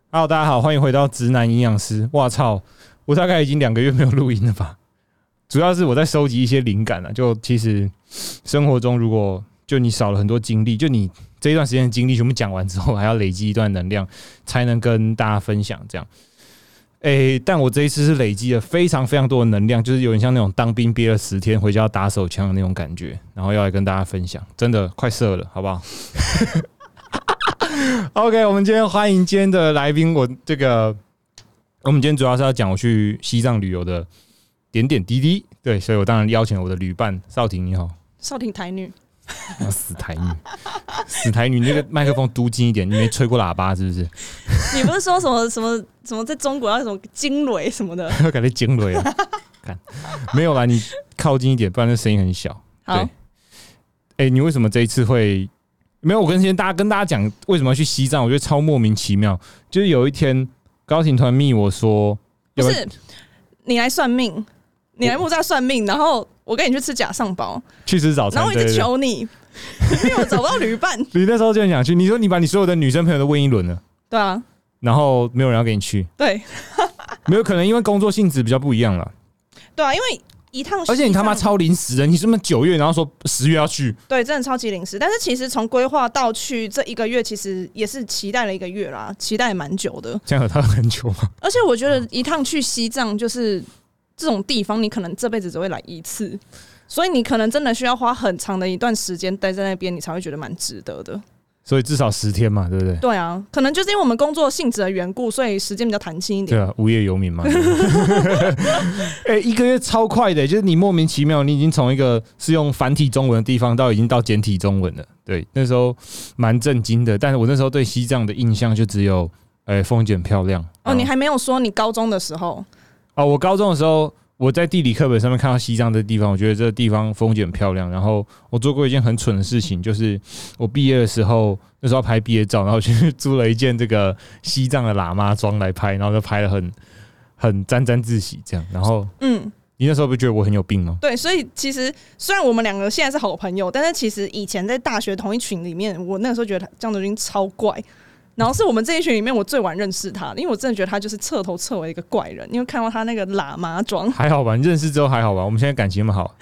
Hello， 大家好，欢迎回到直男营养师。哇操，我大概已经2个月没有录音了吧？主要是我在收集一些灵感啊。就其实生活中，如果就你少了很多精力，就你这一段时间的精力全部讲完之后，还要累积一段能量，才能跟大家分享这样。但我这一次是累积了非常非常多的能量，就是有点像那种当兵憋了10天回家要打手枪的那种感觉，然后要来跟大家分享，真的快射了，好不好？OK， 我们今天欢迎今天的来宾。我们今天主要是要讲我去西藏旅游的点点滴滴。对，所以我当然邀请了我的旅伴少婷，你好。 少婷台女， 死台女，死台女，你那个麦克风嘟近一点，你没吹过喇叭是不是？ 你不是说什么在中国要什么惊雷什么的？ 要改成惊雷啊！看没有啦，你靠近一点，不然那声音很小。 好， 你为什么这一次会？没有，我跟大家讲为什么要去西藏，我觉得超莫名其妙。就是有一天高庭团密我说， 不是你来算命，你来木栅算命，然后我跟你去吃假上包， 去吃早餐， 然后我一直求你，因为我找不到旅伴。 你那时候就很想去，你说你把你所有的女生朋友都问一轮了， 对啊， 然后没有人要跟你去， 对， 没有可能因为工作性质比较不一样了， 对啊，因为一趟， 而且你他妈超临时的，你是不是9月然后说10月要去？ 对，真的超级临时。但是其实从规划到去这1个月，其实也是期待了1个月啦，期待也蛮久的。 这样有到很久吗？ 而且我觉得一趟去西藏就是这种地方，你可能这辈子只会来1次，所以你可能真的需要花很长的一段时间待在那边，你才会觉得蛮值得的。 所以至少10天嘛，对不对？ 对啊，可能就是因为我们工作性质的缘故，所以时间比较弹性一点。 对啊，无业游民嘛。1个月超快的，就是你莫名其妙，你已经从一个是用繁体中文的地方，已经到简体中文了。对，那时候蛮震惊的。但是我那时候对西藏的印象就只有，风景很漂亮。 哦，你还没有说你高中的时候。 哦，我高中的时候。我在地理课本上面看到西藏这地方，我觉得这个地方风景很漂亮。然后我做过一件很蠢的事情，就是我毕业的时候，那时候要拍毕业照，然后去租了一件这个西藏的喇嘛装来拍，然后就拍得很沾沾自喜这样。然后，你那时候不觉得我很有病吗？ 对，所以其实虽然我们2个现在是好朋友，但是其实以前在大学同一群里面，我那个时候觉得江德军超怪。然后是我们这一群里面我最晚认识他的，因为我真的觉得他就是彻头彻尾一个怪人，因为看到他那个喇嘛装。还好吧，你认识之后还好吧？我们现在感情那么好。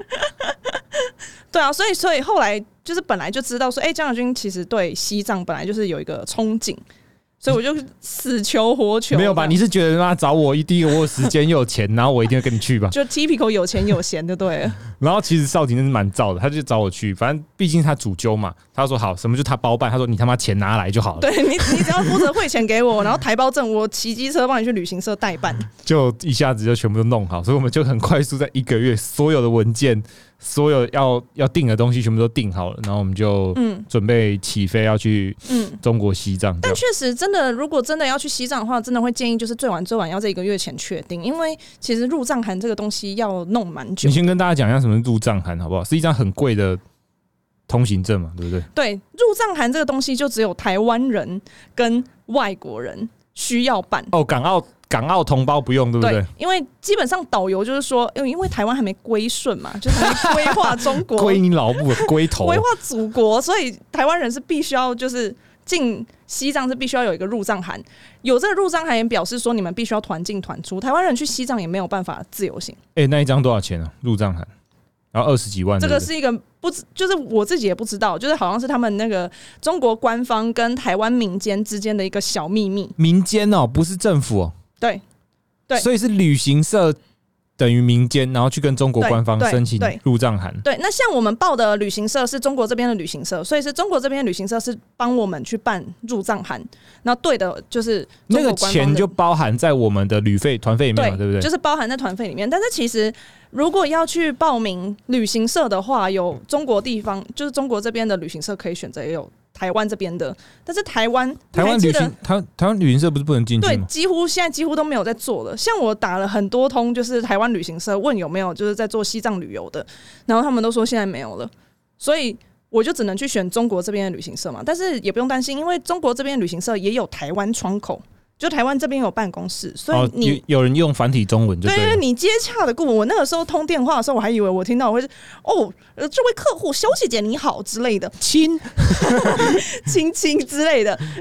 对啊，所以后来就是本来就知道说，江德军其实对西藏本来就是有一个憧憬。所以我就死求活求。 没有吧？你是觉得他找我第一个我有时间又有钱，然后我一定要跟你去吧？ 就 typical 有钱有闲，对不对？ 然后其实少廷真是蛮燥的，他就找我去，反正毕竟他主揪嘛，他说好，什么就他包办，他说你他妈钱拿来就好了。 对你只要负责汇钱给我，然后台胞证我骑机车帮你去旅行社代办， 就一下子就全部都弄好，所以我们就很快速在1个月所有的文件。所有要订的东西全部都订好了，然后我们就准备起飞要去中国西藏。 但确实真的，如果真的要去西藏的话，真的会建议就是最晚要在1个月前确定，因为其实入藏函这个东西要弄蛮久。 你先跟大家讲一下什么是入藏函好不好？是一张很贵的通行证嘛，对不对？ 对，入藏函这个东西就只有台湾人跟外国人需要办。 哦，港澳同胞不用，对不对？ 因为基本上导游就是说，因为台湾还没归顺嘛，就是还没规划中国， 归你老母龟头， 规划祖国，所以台湾人是必须要就是进西藏是必须要有一个入藏函，有这个入藏函也表示说你们必须要团进团出，台湾人去西藏也没有办法自由行。 那一张多少钱啊？入藏函，然后20几万， 这个是一个就是我自己也不知道，就是好像是他们那个中国官方跟台湾民间之间的一个小秘密。 民间哦，不是政府哦。 对， 所以是旅行社等于民间，然后去跟中国官方申请入藏函。 对，那像我们报的旅行社是中国这边的旅行社，所以是中国这边的旅行社是帮我们去办入藏函，然后对的就是中国官方的那个钱就包含在我们的旅费团费里面嘛，对不对？ 就是包含在团费里面。但是其实如果要去报名旅行社的话，有中国地方就是中国这边的旅行社可以选择，也有台湾这边的，但是台湾旅行社不是不能进去吗？ 对，现在几乎都没有在做了。像我打了很多通，就是台湾旅行社问有没有就是在做西藏旅游的，然后他们都说现在没有了，所以我就只能去选中国这边的旅行社嘛。但是也不用担心，因为中国这边的旅行社也有台湾窗口。就台湾这边有办公室，所以你有人用繁体中文就对了。 对，你接洽的顾问，我那个时候通电话的时候，我还以为我听到我会是这位客户肖小姐你好之类的，亲亲之类的。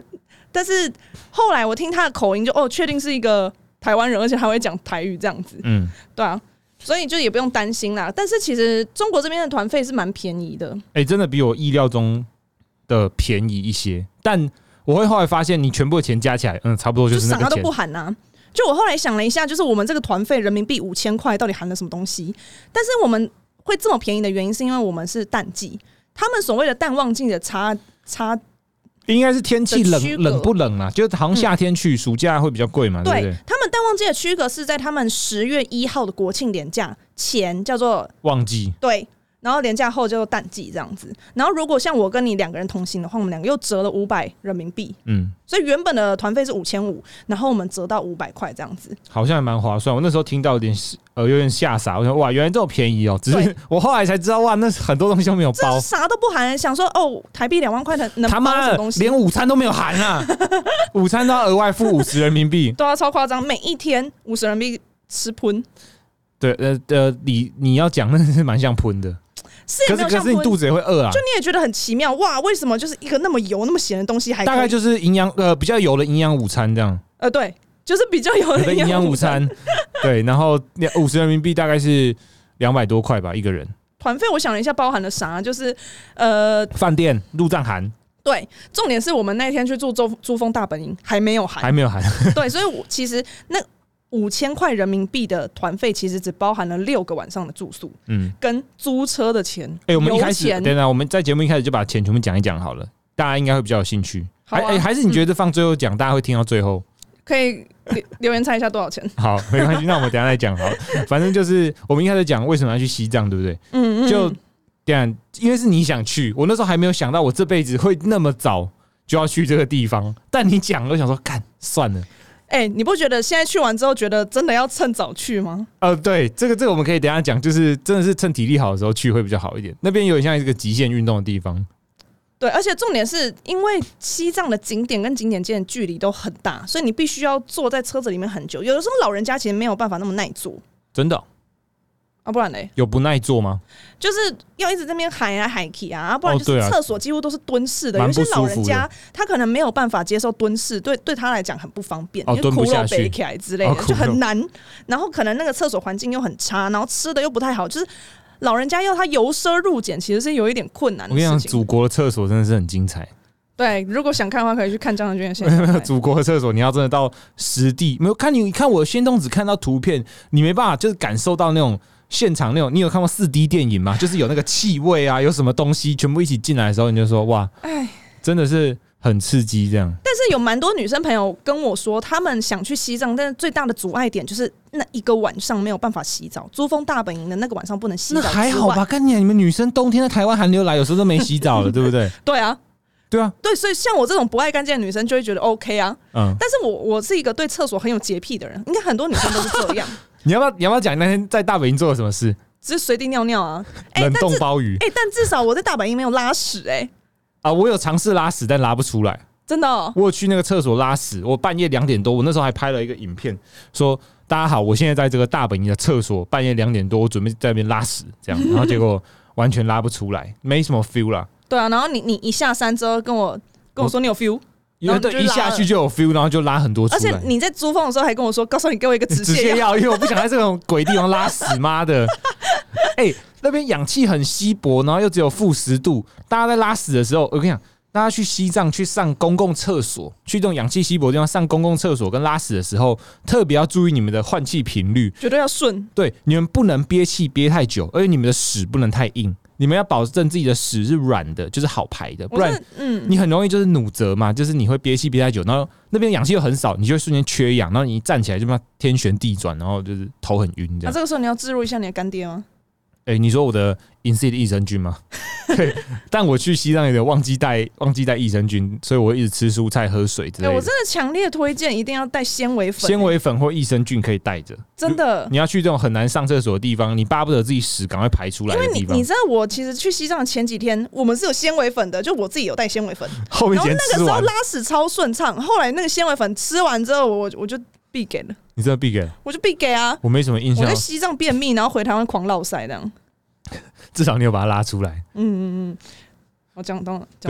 但是后来我听他的口音就确定是一个台湾人，而且还会讲台语这样子。对啊，所以就也不用担心啦。但是其实中国这边的团费是蛮便宜的， 真的比我意料中的便宜一些。但我会后来发现，你全部的钱加起来，差不多就是那个钱， 就啥都不含啊。就我后来想了一下，就是我们这个团费人民币5000块到底含了什么东西？但是我们会这么便宜的原因，是因为我们是淡季，他们所谓的淡旺季的差。 应该是天气冷不冷啊？就好像夏天去，暑假会比较贵嘛，对不对？ 他们淡旺季的区隔是在他们10月1号的国庆连假前叫做旺季， 对，然后连假后叫做淡季这样子。然后如果像我跟你2个人同行的话，我们2个又折了500人民币，所以原本的团费是5500，然后我们折到500块这样子， 好像还蛮划算。我那时候听到有点吓傻，我想哇，原来这么便宜哦！只是我后来才知道，哇，那很多东西都没有包， 啥都不含。想说台币2万块能包什么东西？ 连午餐都没有含啊！午餐都要额外付50人民币， 对啊，超夸张！每一天50人民币吃喷。 对，你要讲那是蛮像喷的。可是你肚子也会饿啊， 就你也觉得很奇妙哇？为什么就是一个那么油、那么咸的东西还可以？ 大概就是比较油的营养午餐这样。 对，就是比较油的营养午餐。 对，然后50人民币大概是200多块吧一个人。 团费我想了一下，包含了啥？就是饭店入账含。 对，重点是我们那天去住珠峰大本营还没有含。对，所以其实那5000块人民币的团费其实只包含了6个晚上的住宿，跟租车的钱。 我们一开始，等等，我们在节目一开始就把钱全部讲一讲好了，大家应该会比较有兴趣。还是你觉得放最后讲，大家会听到最后？ 可以留言猜一下多少钱？ 好，没关系，那我们等一下再讲好了。反正就是我们一开始讲为什么要去西藏，对不对？就这样，因为是你想去，我那时候还没有想到我这辈子会那么早就要去这个地方。但你讲了，我想说，干算了。 你不觉得现在去完之后，觉得真的要趁早去吗？ 对，这个我们可以等一下讲，就是真的是趁体力好的时候去会比较好一点。那边有点像一个极限运动的地方。 对，而且重点是因为西藏的景点跟景点间的距离都很大，所以你必须要坐在车子里面很久。有的时候老人家其实没有办法那么耐坐。 真的？ 不然嘞？ 有不耐坐吗？ 就是要一直在那边喊来喊去啊，不然就是厕所几乎都是蹲式的。有些老人家他可能没有办法接受蹲式，对他来讲很不方便， 蹲不下去， 背起来之类的就很难。然后可能那个厕所环境又很差，然后吃的又不太好，就是老人家要他由奢入俭，其实是有一点困难的事情。 我跟你讲，祖国的厕所真的是很精彩。 对，如果想看的话，可以去看张长娟的现场。 祖国的厕所，你要真的到实地，没有看你看我先动只看到图片，你没办法就是感受到那种现场那种。你有看过4D 电影吗？就是有那个气味啊，有什么东西全部一起进来的时候，你就说哇，真的是很刺激这样。 但是有蛮多女生朋友跟我说，她们想去西藏，但是最大的阻碍点就是那一个晚上没有办法洗澡。珠峰大本营的那个晚上不能洗澡， 那还好吧？干你们女生冬天在台湾寒流来，有时候都没洗澡了，对不对？ 对啊。 对， 所以像我这种不爱干净的女生就会觉得 OK 啊。但是我是一个对厕所很有洁癖的人，应该很多女生都是这样。 你要不要讲那天在大本营做了什么事？ 只是随地尿尿啊， 冷冻鲍鱼。 但至少我在大本营没有拉屎我有尝试拉屎，但拉不出来。 真的我有去那个厕所拉屎，我半夜2点多，我那时候还拍了一个影片，说大家好，我现在在这个大本营的厕所，半夜2点多，我准备在那边拉屎，这样，然后结果完全拉不出来，没什么 feel 啦。 对啊，然后你一下山之后跟我说你有 feel， 对，一下去就有 feel， 然后就拉很多出来。 而且你在珠峰的时候还跟我说，告诉你给我一个止泻药， 因为我不想在这种鬼地方拉屎，妈的！那边氧气很稀薄，然后又只有-10度，大家在拉屎的时候，我跟你讲，大家去西藏去上公共厕所，去这种氧气稀薄的地方上公共厕所跟拉屎的时候，特别要注意你们的换气频率， 绝对要顺。 对，你们不能憋气憋太久，而且你们的屎不能太硬。你们要保证自己的屎是软的，就是好排的，不然你很容易就是弩折嘛，就是你会憋气憋太久，然后那边氧气又很少，你就会瞬间缺氧，然后你一站起来就天旋地转，然后就是头很晕这样。 这个时候你要置入一下你的干爹吗？ 你说我的隐私的益生菌吗？对，但我去西藏有点忘记带益生菌，所以我一直吃蔬菜喝水之类的。 我真的强烈推荐一定要带纤维粉， 纤维粉或益生菌可以带着。 真的， 你要去这种很难上厕所的地方，你巴不得自己屎赶快排出来的地方。 因为你知道，我其实去西藏前几天，我们是有纤维粉的，就我自己有带纤维粉。 后面然后那个时候拉屎超顺畅，后来那个纤维粉吃完之后，我就必给了。 你真的必给？ 我就必给啊！ 我没什么印象。 我在西藏便秘，然后回台湾狂落塞这样。 至少你有把它拉出来。 我讲到了， 对啊，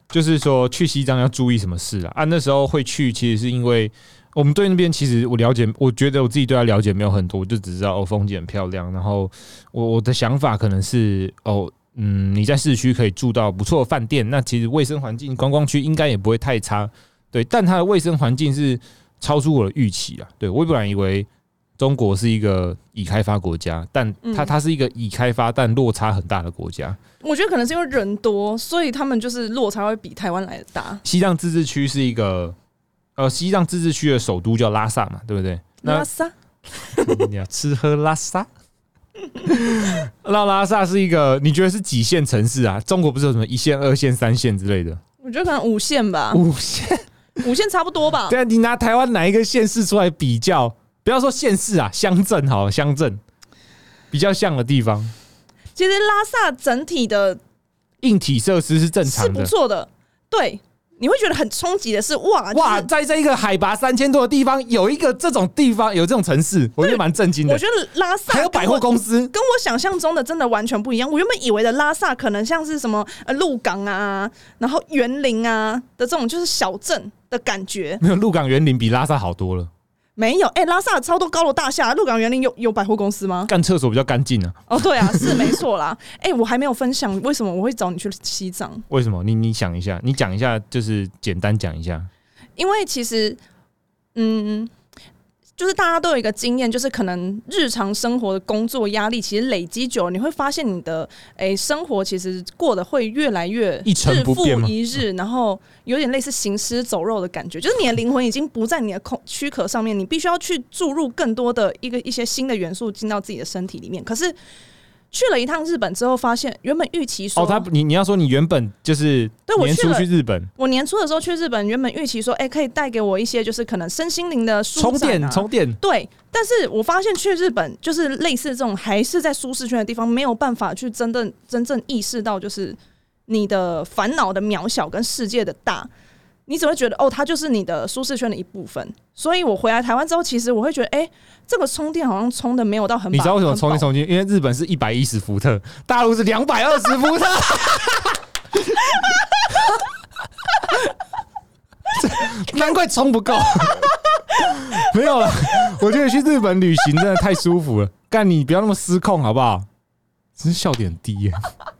就是说去西藏要注意什么事啊？那时候会去，其实是因为我们对那边其实我了解，我觉得我自己对它了解没有很多，我就只知道风景很漂亮。然后我的想法可能是你在市区可以住到不错的饭店，那其实卫生环境观光区应该也不会太差，对。但它的卫生环境是超出我的预期啊，对我本来以为中国是一个已开发国家，但它是一个已开发但落差很大的国家。 我觉得可能是因为人多，所以他们就是落差会比台湾来的大。 西藏自治区是一个西藏自治区的首都叫拉萨嘛，对不对？ 拉萨， 你要吃喝拉撒。那拉萨是一个，你觉得是几线城市啊？中国不是有什么1线、2线、3线之类的？ 我觉得可能5线吧。 5线 ，5线差不多吧？ 对啊，你拿台湾哪一个县市出来比较？不要说县市啊，乡镇好了，乡镇比较像的地方。 其实拉萨整体的硬体设施是正常的， 是不错的。对，你会觉得很冲击的是，哇， 在这一个海拔3000多的地方，有一个这种地方，有这种城市，我觉得蛮震惊的。 我觉得拉萨还有百货公司， 跟我想象中的真的完全不一样。我原本以为的拉萨可能像是什么鹿港啊，然后园林啊的这种就是小镇的感觉。 没有，鹿港园林比拉萨好多了。 没有，拉萨超多高楼大厦，鹿港园林有百货公司吗？ 干厕所比较干净啊。 哦，对啊，是没错啦。我还没有分享为什么我会找你去西藏。 为什么？你想一下，你讲一下，就是简单讲一下。因为其实，就是大家都有一个经验，就是可能日常生活的工作压力，其实累积久了，你会发现你的生活其实过得会越来越一成不变吗？ 日复一日，然后有点类似行尸走肉的感觉，就是你的灵魂已经不在你的躯壳上面，你必须要去注入更多的一些新的元素进到自己的身体里面。可是去了一趟日本之后，发现原本预期说你要说你原本就是年初去日本， 我年初的时候去日本，原本预期说可以带给我一些就是可能身心灵的舒展啊， 充电。 对，但是我发现去日本就是类似这种还是在舒适圈的地方，没有办法去真正意识到就是你的烦恼的渺小跟世界的大。你只会觉得它就是你的舒适圈的一部分，所以我回来台湾之后，其实我会觉得，这个充电好像充的没有到很饱。 你知道为什么充电？因为日本是110伏特，大陆是220伏特，难怪充不够。没有了，我觉得去日本旅行真的太舒服了。干，你不要那么失控好不好？真是笑点很低耶。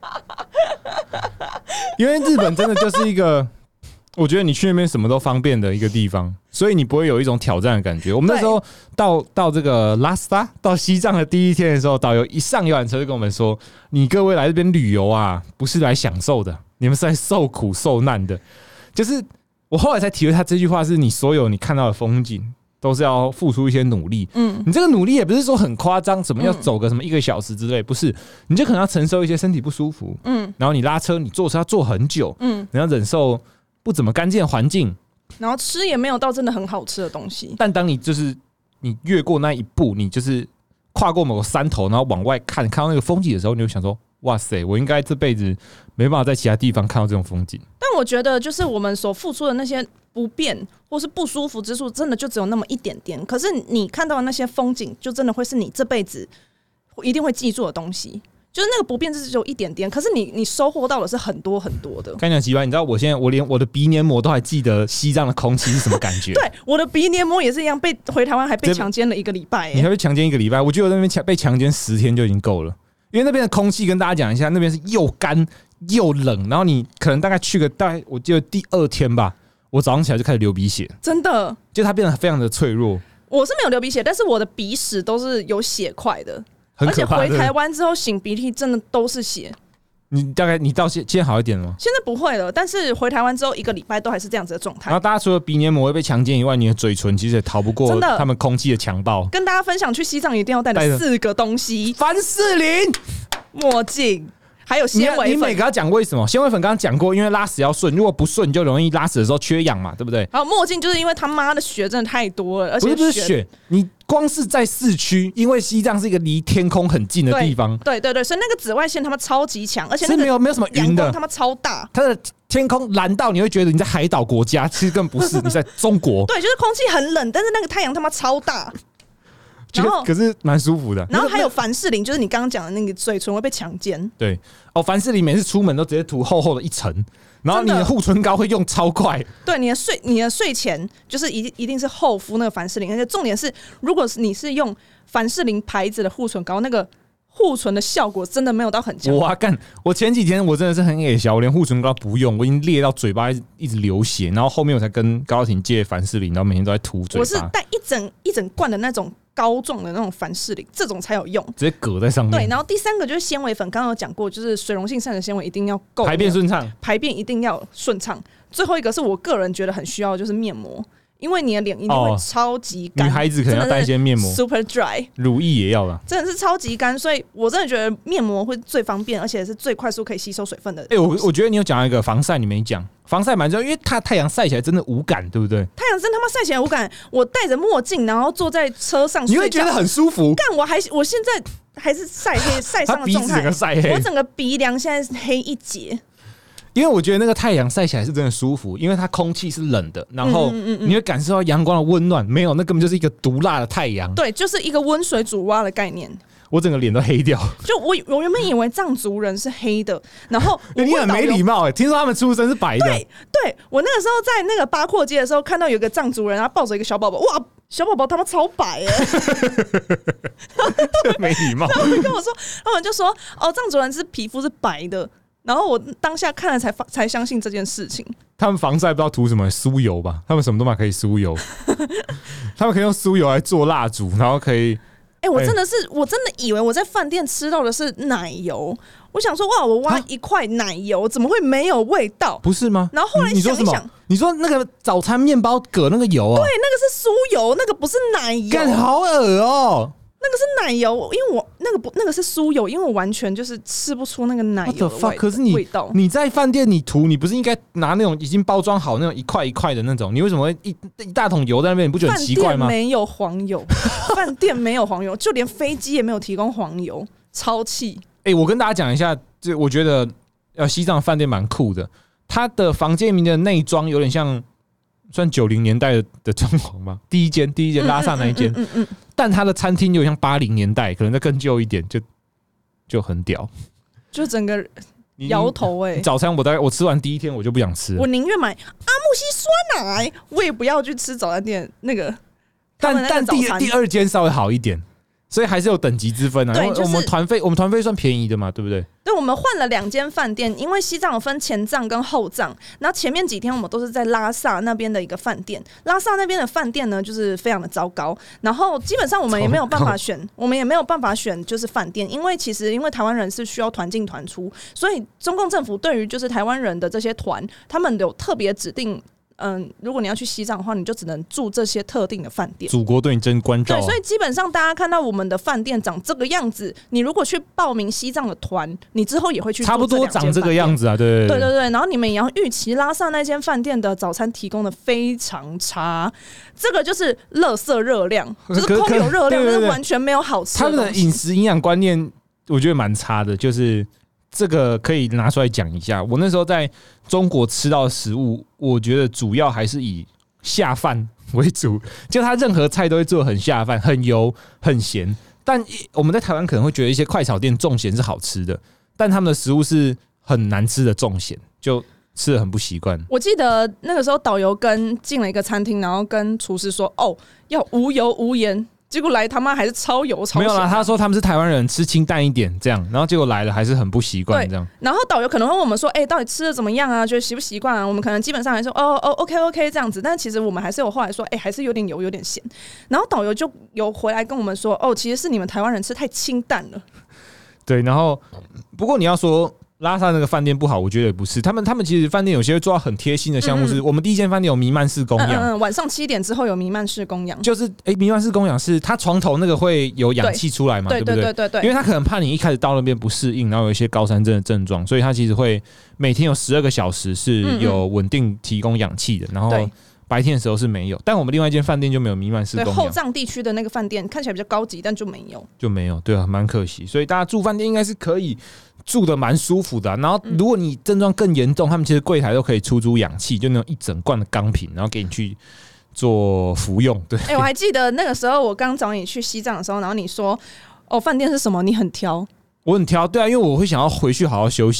因为日本真的就是一个。我觉得你去那边什么都方便的一个地方，所以你不会有一种挑战的感觉。我们那时候到这个拉萨，到西藏的第一天的时候，导游一上游览车就跟我们说：“你各位来这边旅游啊，不是来享受的，你们是来受苦受难的。”就是我后来才体会他这句话，是你所有你看到的风景都是要付出一些努力。你这个努力也不是说很夸张，什么要走个什么1个小时之类，不是，你就可能要承受一些身体不舒服。然后你拉车，你坐车要坐很久。你要忍受。不怎么干净的环境， 然后吃也没有到真的很好吃的东西。 但当你越过那一步，你就是跨过某个山头，然后往外看到那个风景的时候，你就想说：哇塞，我应该这辈子没办法在其他地方看到这种风景。 但我觉得，就是我们所付出的那些不便或是不舒服之处，真的就只有那么一点点。可是你看到的那些风景，就真的会是你这辈子一定会记住的东西。就是那个不变是只有一点点，可是你收获到的是很多很多的。 跟你讲奇怪，你知道我现在我连我的鼻黏膜都还记得西藏的空气是什么感觉？ 对，我的鼻黏膜也是一样，回台湾还被强奸了1个礼拜。 你还被强奸1个礼拜？我觉得我在那边被强奸10天就已经够了，因为那边的空气跟大家讲一下，那边是又干又冷，然后你可能大概去个大概我记得第2天吧，我早上起来就开始流鼻血， 真的， 就它变得非常的脆弱。 我是没有流鼻血，但是我的鼻屎都是有血块的。 很可怕， 而且回台湾之后擤鼻涕真的都是血。 你大概你到现在好一点了吗？ 现在不会了，但是回台湾之后1个礼拜都还是这样子的状态。 然后大家除了鼻黏膜会被强奸以外，你的嘴唇其实也逃不过他们空气的强暴。 跟大家分享，去西藏一定要带的4个东西： 凡士林、 墨镜。还有纤维粉， 你每个要讲为什么？纤维粉刚刚讲过，因为拉屎要顺，如果不顺，你就容易拉屎的时候缺氧嘛，对不对？ 然后墨镜就是因为他妈的雪真的太多了，而且不是雪，你光是在市区，因为西藏是一个离天空很近的地方， 对，所以那个紫外线他妈超级强，而且那个没有什么云的， 他妈超大， 它的天空蓝到你会觉得你在海岛国家，其实根本不是，你在中国。 对，就是空气很冷，但是那个太阳他妈超大。然后可是蛮舒服的。 然后还有凡士林，就是你刚刚讲的那个嘴唇会被强奸。 对，凡士林每次出门都直接涂厚厚的一层， 然后你的护唇膏会用超快。 对，你的睡前就是一定是厚敷那个凡士林，而且重点是，如果你是用凡士林牌子的护唇膏，那个护唇的效果真的没有到很强。 我前几天我真的是很野小，我连护唇膏不用，我已经裂到嘴巴一直流血，然后后面我才跟高婷借凡士林，然后每天都在涂嘴巴。 我是带一整罐的那种膏状的那种凡士林，这种才有用， 直接搁在上面。 对，然后第三个就是纤维粉，刚刚有讲过，就是水溶性膳食纤维一定要够， 排便顺畅， 排便一定要顺畅。最后一个是我个人觉得很需要的，就是面膜。因为你的脸一定会超级干， 女孩子可能要带一些面膜 ，super dry， 乳液也要啦， 真的是超级干，所以我真的觉得面膜会最方便，而且是最快速可以吸收水分的。 我觉得你有讲一个防晒，你没讲，防晒蛮重要，因为太阳晒起来真的无感，对不对？ 太阳真他妈晒起来无感，我戴着墨镜，然后坐在车上睡觉， 你会觉得很舒服。 干，我现在还是晒黑晒伤的状态，我整个鼻梁现在是黑一截。 因为我觉得那个太阳晒起来是真的舒服，因为它空气是冷的，然后你会感受到阳光的温暖。没有，那根本就是一个毒辣的太阳。 对，就是一个温水煮蛙的概念。 我整个脸都黑掉。 就我原本以为藏族人是黑的，然后你很没礼貌哎！听说他们出生是白的。 对，我那个时候在那个八廓街的时候，看到有个藏族人，他抱着一个小宝宝，哇，小宝宝他妈超白哎！ 没礼貌。 他们跟我说，他们就说哦，藏族人是皮肤是白的。然后我当下看了才相信这件事情。 他们防晒不知道涂什么酥油吧？他们什么都嘛可以酥油，他们可以用酥油来做蜡烛，然后可以。 我真的以为我在饭店吃到的是奶油。我想说哇，我挖一块奶油怎么会没有味道？ 不是吗？ 然后后来想一想， 你说那个早餐面包搁那个油啊？ 对，那个是酥油，那个不是奶油。 干好恶哦！ 那个是奶油，因为我那个是酥油，因为我完全就是吃不出那个奶油的味道。 可是你在饭店你涂，你不是应该拿那种已经包装好那种一块一块的那种？你为什么会一大桶油在那边？你不觉得很奇怪吗？ 饭店没有黄油，饭店没有黄油，就连飞机也没有提供黄油，超气！ 我跟大家讲一下，我觉得西藏饭店蛮酷的，它的房间里面的内装有点像。算90年代的装潢吧，第一间拉萨那一间，但它的餐厅有点像80年代，可能再更旧一点，就很屌， 就整个摇头早餐我吃完第一天我就不想吃了， 我宁愿买阿木西酸奶，我也不要去吃早餐店那个。 但第二间稍微好一点。所以还是有等级之分啊，因为我们团费算便宜的嘛，对不对？ 对，我们换了2间饭店，因为西藏有分前藏跟后藏，然后前面几天我们都是在拉萨那边的一个饭店，拉萨那边的饭店呢就是非常的糟糕，然后基本上我们也没有办法选，就是饭店，因为台湾人是需要团进团出，所以中共政府对于就是台湾人的这些团，他们有特别指定。如果你要去西藏的话，你就只能住这些特定的饭店。 祖国对你真关照啊。 对，所以基本上大家看到我们的饭店长这个样子，你如果去报名西藏的团，你之后也会去住差不多长这个样子啊。对， 然后你们也要预期拉萨那间饭店的早餐提供的非常差，这个就是垃圾热量，就是空有热量，但是完全没有好吃的东西。 他们的饮食营养观念，我觉得蛮差的，就是。这个可以拿出来讲一下。我那时候在中国吃到的食物，我觉得主要还是以下饭为主，就它任何菜都会做很下饭，很油很咸。但我们在台湾可能会觉得一些快炒店重咸是好吃的，但他们的食物是很难吃的重咸，就吃得很不习惯。 我记得那个时候导游进了一个餐厅，然后跟厨师说：“哦，要无油无盐。”结果来他妈还是超油超咸。 没有啦，他说他们是台湾人，吃清淡一点这样，然后结果来了还是很不习惯这样。 然后导游可能会问我们说：“到底吃的怎么样啊？觉得习不习惯啊？”我们可能基本上还说：“OK 这样子。”但其实我们还是有后来说：“还是有点油，有点咸。”然后导游就有回来跟我们说：“其实是你们台湾人吃太清淡了。” 对，然后不过你要说。拉萨那个饭店不好，我觉得也不是。他们其实饭店有些会做到很贴心的项目，是我们第一间饭店有弥漫式供氧， 晚上7点之后有弥漫式供氧， 就是弥漫式供氧是它床头那个会有氧气出来嘛，对不对？ 对， 因为他可能怕你一开始到那边不适应，然后有一些高山症的症状，所以他其实会每天有12个小时是有稳定提供氧气的，然后白天的时候是没有。但我们另外一间饭店就没有弥漫式供氧， 后藏地区的那个饭店看起来比较高级，但就没有， 对啊，蛮可惜。所以大家住饭店应该是可以。住的蛮舒服的然后如果你症状更严重，他们其实柜台都可以出租氧气，就那种一整罐的钢瓶，然后给你去做服用。对， 我还记得那个时候我刚找你去西藏的时候，然后你说饭店是什么？你很挑， 我很挑，对啊，因为我会想要回去好好休息啊。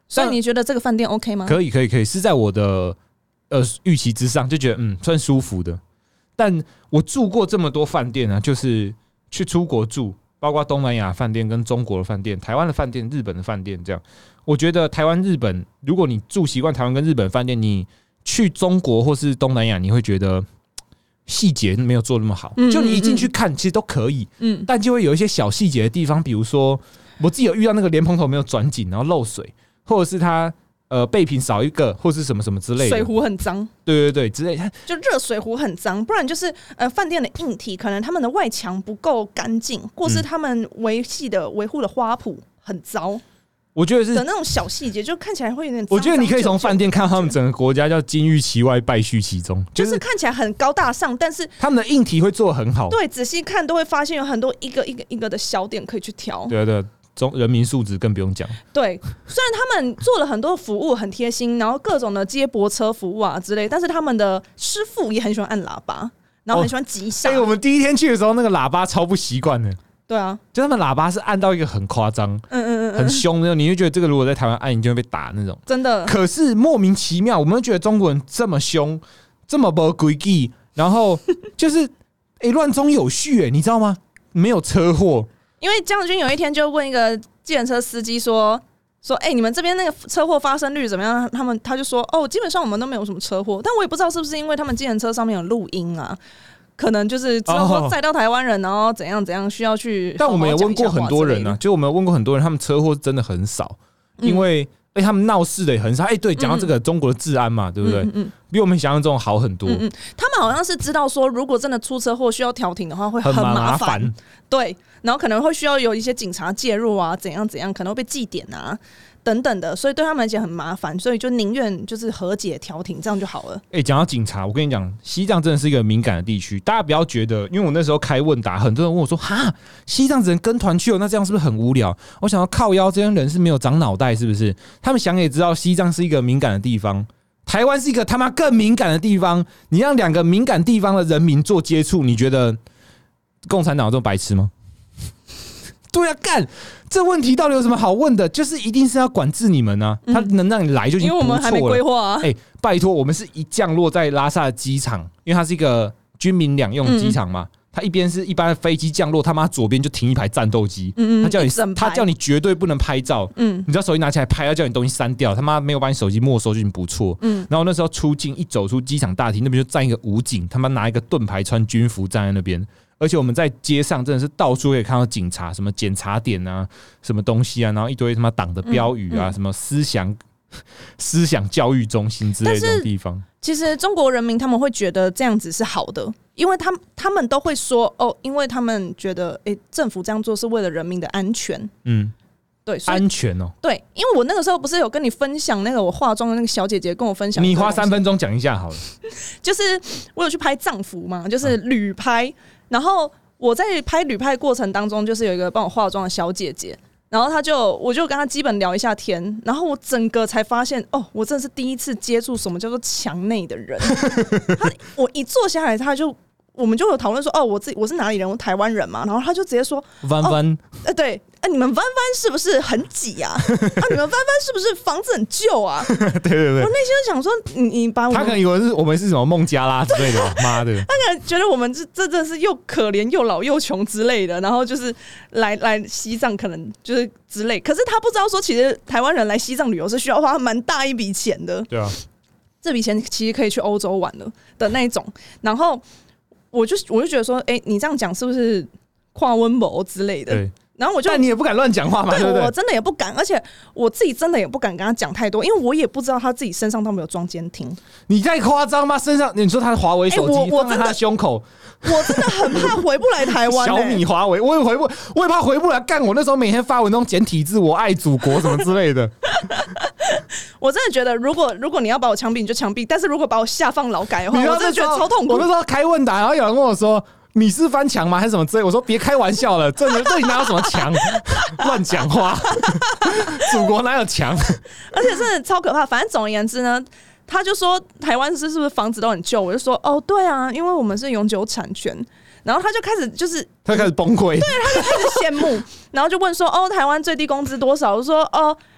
所以你觉得这个饭店 OK 吗？ 可以，是在我的预期之上，就觉得算舒服的。但我住过这么多饭店啊，就是去出国住，包括东南亚饭店、跟中国的饭店、台湾的饭店、日本的饭店这样。我觉得台湾、日本，如果你住习惯台湾跟日本饭店，你去中国或是东南亚，你会觉得细节没有做那么好。就你一进去看，其实都可以，但就会有一些小细节的地方，比如说我自己有遇到那个莲蓬头没有转紧，然后漏水，或者是它备品少一个，或是什么什么之类的， 水壶很脏， 对之类的， 就热水壶很脏，不然就是饭店的硬体可能他们的外墙不够干净，或是他们维护的花圃很糟。 我觉得是的那种小细节，就看起来会有点脏。 我觉得你可以从饭店看他们整个国家叫金玉其外，败絮其中， 就是看起来很高大上，但是他们的硬体会做得很好。 对，仔细看都会发现有很多一个的小点可以去调。 对，人民素质更不用讲。对， 虽然他们做了很多服务很贴心，然后各种的接驳车服务啊之类，但是他们的师傅也很喜欢按喇叭，然后很喜欢急刹。 我们第一天去的时候，那个喇叭超不习惯的。 对啊， 就他们喇叭是按到一个很夸张、很凶那种，你就觉得这个如果在台湾按，你就会被打那种。真的。可是莫名其妙，我们觉得中国人这么凶，这么不规矩，然后就是乱中有序，你知道吗？没有车祸。因为将军有一天就问一个计程车司机说，你们这边那个车祸发生率怎么样？他就说，基本上我们都没有什么车祸，但我也不知道是不是因为他们计程车上面有录音啊。可能就是知道说载到台湾人，然后怎样需要去。但我们也问过很多人啊，就我们问过很多人，他们车祸真的很少，因为他们闹事的也很少。对，讲到这个中国的治安嘛，对不对？比我们想象中好很多。他们好像是知道说，如果真的出车祸需要调停的话，会很麻烦。对，然后可能会需要有一些警察介入啊，怎样，可能会被记点啊。等等的，所以对他们来讲很麻烦，所以就宁愿就是和解调停，这样就好了。讲到警察，我跟你讲，西藏真的是一个敏感的地区，大家不要觉得，因为我那时候开问答，很多人问我说：“哈，西藏只能跟团去哦，那这样是不是很无聊？”我想要靠腰，这些人是没有长脑袋，是不是？他们想也知道，西藏是一个敏感的地方，台湾是一个他妈更敏感的地方。你让两个敏感地方的人民做接触，你觉得共产党有这么白痴吗？对啊，干这问题到底有什么好问的？就是一定是要管制你们啊！他能让你来就已经不错了。因为我们还没规划啊。拜托，我们是一降落在拉萨的机场，因为它是一个军民两用机场嘛。它一边是一般的飞机降落，他妈左边就停一排战斗机。他叫你绝对不能拍照。你只要手机拿起来拍，要叫你东西删掉。他妈没有把你手机没收就已经不错。然后那时候出境一走出机场大厅，那边就站一个武警，他妈拿一个盾牌，穿军服站在那边。而且我们在街上真的是到处可以看到警察，什么检查点啊，什么东西啊，然后一堆他妈党的标语啊，什么思想教育中心之类的这种地方。其实中国人民他们会觉得这样子是好的，因为他们都会说因为他们觉得政府这样做是为了人民的安全。对，安全哦。对，因为我那个时候不是有跟你分享那个我化妆的那个小姐姐跟我分享，你花3分钟讲一下好了。就是我有去拍藏服嘛，就是旅拍。然后我在拍旅拍过程当中，就是有一个帮我化妆的小姐姐，然后我就跟她基本聊一下天，然后我整个才发现，我真的是第一次接触什么叫做墙内的人。我一坐下来，我们就有讨论说，我是哪里人，我台湾人嘛，然后他就直接说，弯弯，对，你们弯弯是不是很挤啊？你们弯弯是不是房子很旧啊？对，我内心就想说，你把我们，他可能以为我们是什么孟加拉之类的，妈的，他可能觉得我们这真的是又可怜又老又穷之类的，然后就是来西藏可能就是之类，可是他不知道说，其实台湾人来西藏旅游是需要花蛮大一笔钱的，对啊，这笔钱其实可以去欧洲玩了的那一种，然后。我就觉得说，你这样讲是不是跨温谋之类的？对。然后但你也不敢乱讲话嘛，对不对？我真的也不敢，而且我自己真的也不敢跟他讲太多，因为我也不知道他自己身上都没有装监听。你太夸张吗？身上你说他的华为手机放在他的胸口，我真的很怕回不来台湾。小米华为，我也怕回不来。干我那时候每天发文那种简体字，我爱祖国什么之类的。我真的觉得，如果你要把我枪毙，你就枪毙；但是如果把我下放劳改的话，我真的觉得超痛苦。我那时候开问答，然后有人问我说：“你是翻墙吗？还是什么之类？”我说：“别开玩笑了，真的，这里哪有什么墙？乱讲话，祖国哪有墙？而且真的超可怕。反正总而言之呢，他就说台湾是不是房子都很旧？我就说：对啊，因为我们是永久产权。”然后他就开始他开始崩溃，对，他就开始羡慕，然后就问说：“台湾最低工资多少？”我说：“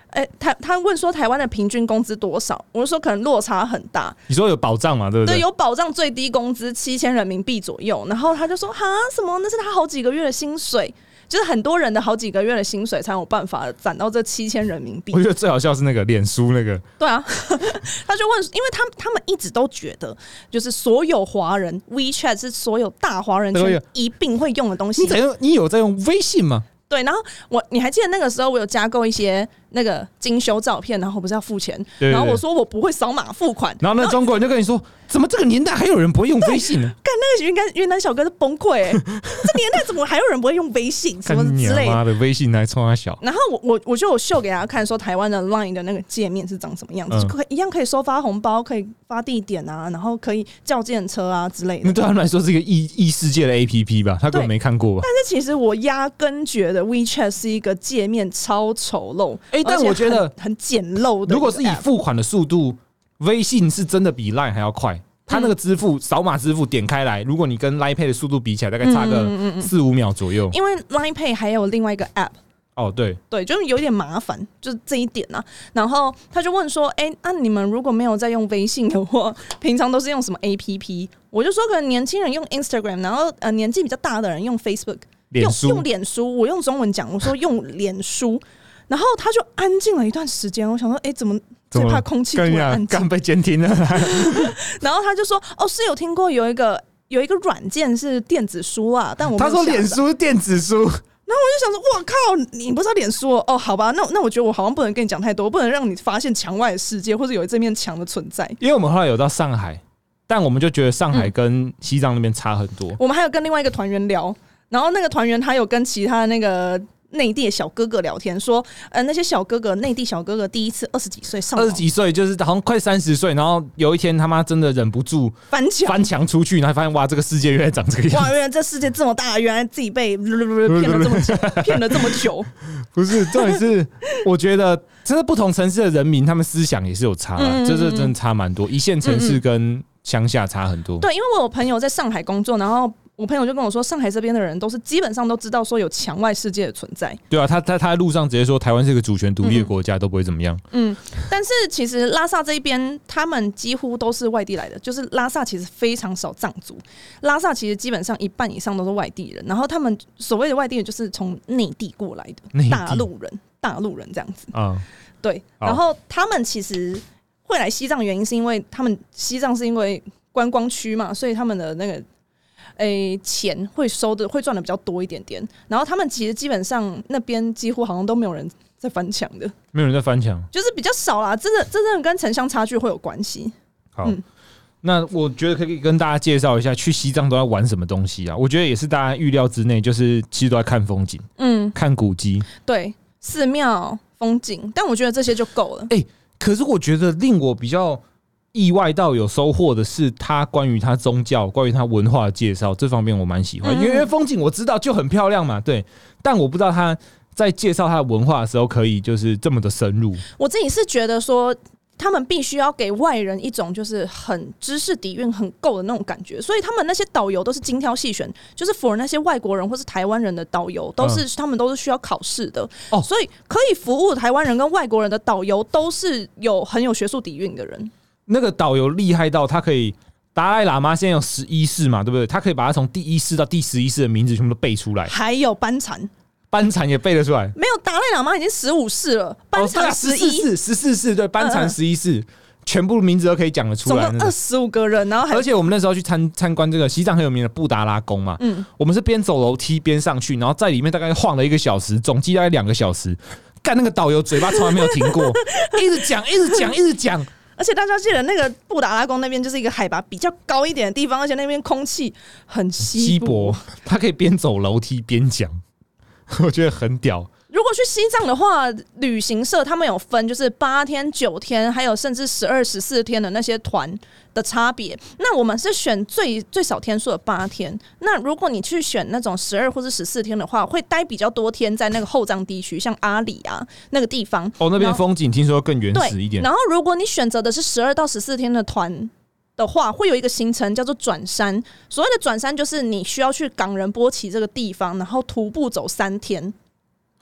他问说台湾的平均工资多少，我就说可能落差很大。 你说有保障嘛？对不对？ 对，有保障，最低工资7000人民币左右。然后他就说哈什么？那是他好几个月的薪水。就是很多人的好几个月的薪水才有办法攒到这7000人民币。 我觉得最好笑是那个脸书那个， 对啊，他就问，因为他们一直都觉得，就是所有华人 WeChat 是所有大华人圈一并会用的东西。 你有在用微信吗？ 对，然后你还记得那个时候我有加购一些那个精修照片，然后不是要付钱， 对对对， 然后我说我不会扫码付款， 然后那中国人就跟你说，怎么这个年代还有人不会用微信呢？ 干那个越南小哥是崩溃这年代怎么还有人不会用微信什么之类的？ 妈的，微信还冲他小。 然后我就有秀给大家看，说台湾的 Line 的那个界面是长什么样子，一样可以收发红包，可以发地点啊，然后可以叫计程车啊之类的。 对他们来说是一个异世界的 APP 吧，他根本没看过吧？ 但是其实我压根觉得 WeChat 是一个界面超丑陋， 但我觉得很简陋的。 如果是以付款的速度，微信是真的比 Line 还要快。它那个支付扫码支付点开来，如果你跟 Line Pay 的速度比起来，大概差个4-5秒左右。因为 Line Pay 还有另外一个 App。 哦，对， 就是有点麻烦，就是这一点啊。然后他就问说：“你们如果没有在用微信的话，平常都是用什么 APP？” 我就说可能年轻人用 Instagram， 然后年纪比较大的人用 Facebook， 用脸书。我用中文讲，我说用脸书。然后他就安静了一段时间，我想说，怎么这怕空气突然安静？ 被监听了。 然后他就说：“是有听过有一个软件是电子书啊，但我没有他说脸书是电子书。” 然后我就想说，哇靠，你不知道脸书哦？好吧，那我觉得我好像不能跟你讲太多，不能让你发现墙外的世界，或者有这面墙的存在。 因为我们后来有到上海，但我们就觉得上海跟西藏那边差很多。 我们还有跟另外一个团员聊，然后那个团员他有跟其他那个内地的小哥哥聊天，说那些小哥哥，内地小哥哥第一次20几岁上网，20 几岁就是好像快30岁，然后有一天他妈真的忍不住翻墙出去，然后发现哇，这个世界原来长这个样子， 哇，原来这世界这么大，原来自己被骗了这么久。 不是，重点是我觉得真的不同城市的人民，他们思想也是有差的，这真的差蛮多，一线城市跟乡下差很多。 对，因为我有朋友在上海工作，然后我朋友就跟我说，上海这边的人都是基本上都知道说有墙外世界的存在。 对啊，他在路上直接说台湾是个主权独立的国家，都不会怎么样。 但是其实拉萨这一边他们几乎都是外地来的，就是拉萨其实非常少藏族，拉萨其实基本上1半以上都是外地人，然后他们所谓的外地人就是从内地过来的大陆人这样子。对，然后他们其实会来西藏的原因是因为他们西藏是因为观光区嘛，所以他们的那个钱会赚的比较多一点点，然后他们其实基本上那边几乎好像都没有人在翻墙的， 没有人在翻墙， 就是比较少啦，真的跟城乡差距会有关系。 好，那我觉得可以跟大家介绍一下去西藏都在玩什么东西啊？我觉得也是大家预料之内，就是其实都在看风景，看古迹， 对，寺庙、风景，但我觉得这些就够了。 可是我觉得令我比较意外到有收获的是，他关于他宗教、关于他文化的介绍，这方面我蛮喜欢。因为风景我知道就很漂亮嘛，对，但我不知道他在介绍他的文化的时候，可以就是这么的深入。 我自己是觉得说，他们必须要给外人一种就是很知识底蕴很够的那种感觉，所以他们那些导游都是精挑细选，就是 for 那些外国人或是台湾人的导游，他们都是需要考试的。所以可以服务台湾人跟外国人的导游都是很有学术底蕴的人。 那个导游厉害到他可以，达赖喇嘛现在有11世嘛，对不对？他可以把他从第1世到第11世的名字全部都背出来， 还有班禅也背得出来。 没有，达赖喇嘛已经15世了，班禅 14世，对，班禅11世，全部名字都可以讲得出来。 总共25个人，然后而且我们那时候去参观这个西藏很有名的布达拉宫嘛，我们是边走楼梯边上去，然后在里面大概晃了1个小时，总计大概2个小时。干，那个导游嘴巴从来没有停过，一直讲。 而且大家记得那个布达拉宫那边就是一个海拔比较高一点的地方，而且那边空气很稀薄， 他可以边走楼梯边讲，我觉得很屌。 如果去西藏的话，旅行社他们有分，就是8天、9天，还有甚至12、14天的那些团的差别。那我们是选最少天数的8天。那如果你去选那种12或是14天的话，会待比较多天在那个后藏地区，像阿里啊那个地方。 那边风景听说更原始一点。 然后如果你选择的是12到14天的团的话，会有一个行程叫做转山。所谓的转山，就是你需要去冈仁波齐这个地方，然后徒步走3天。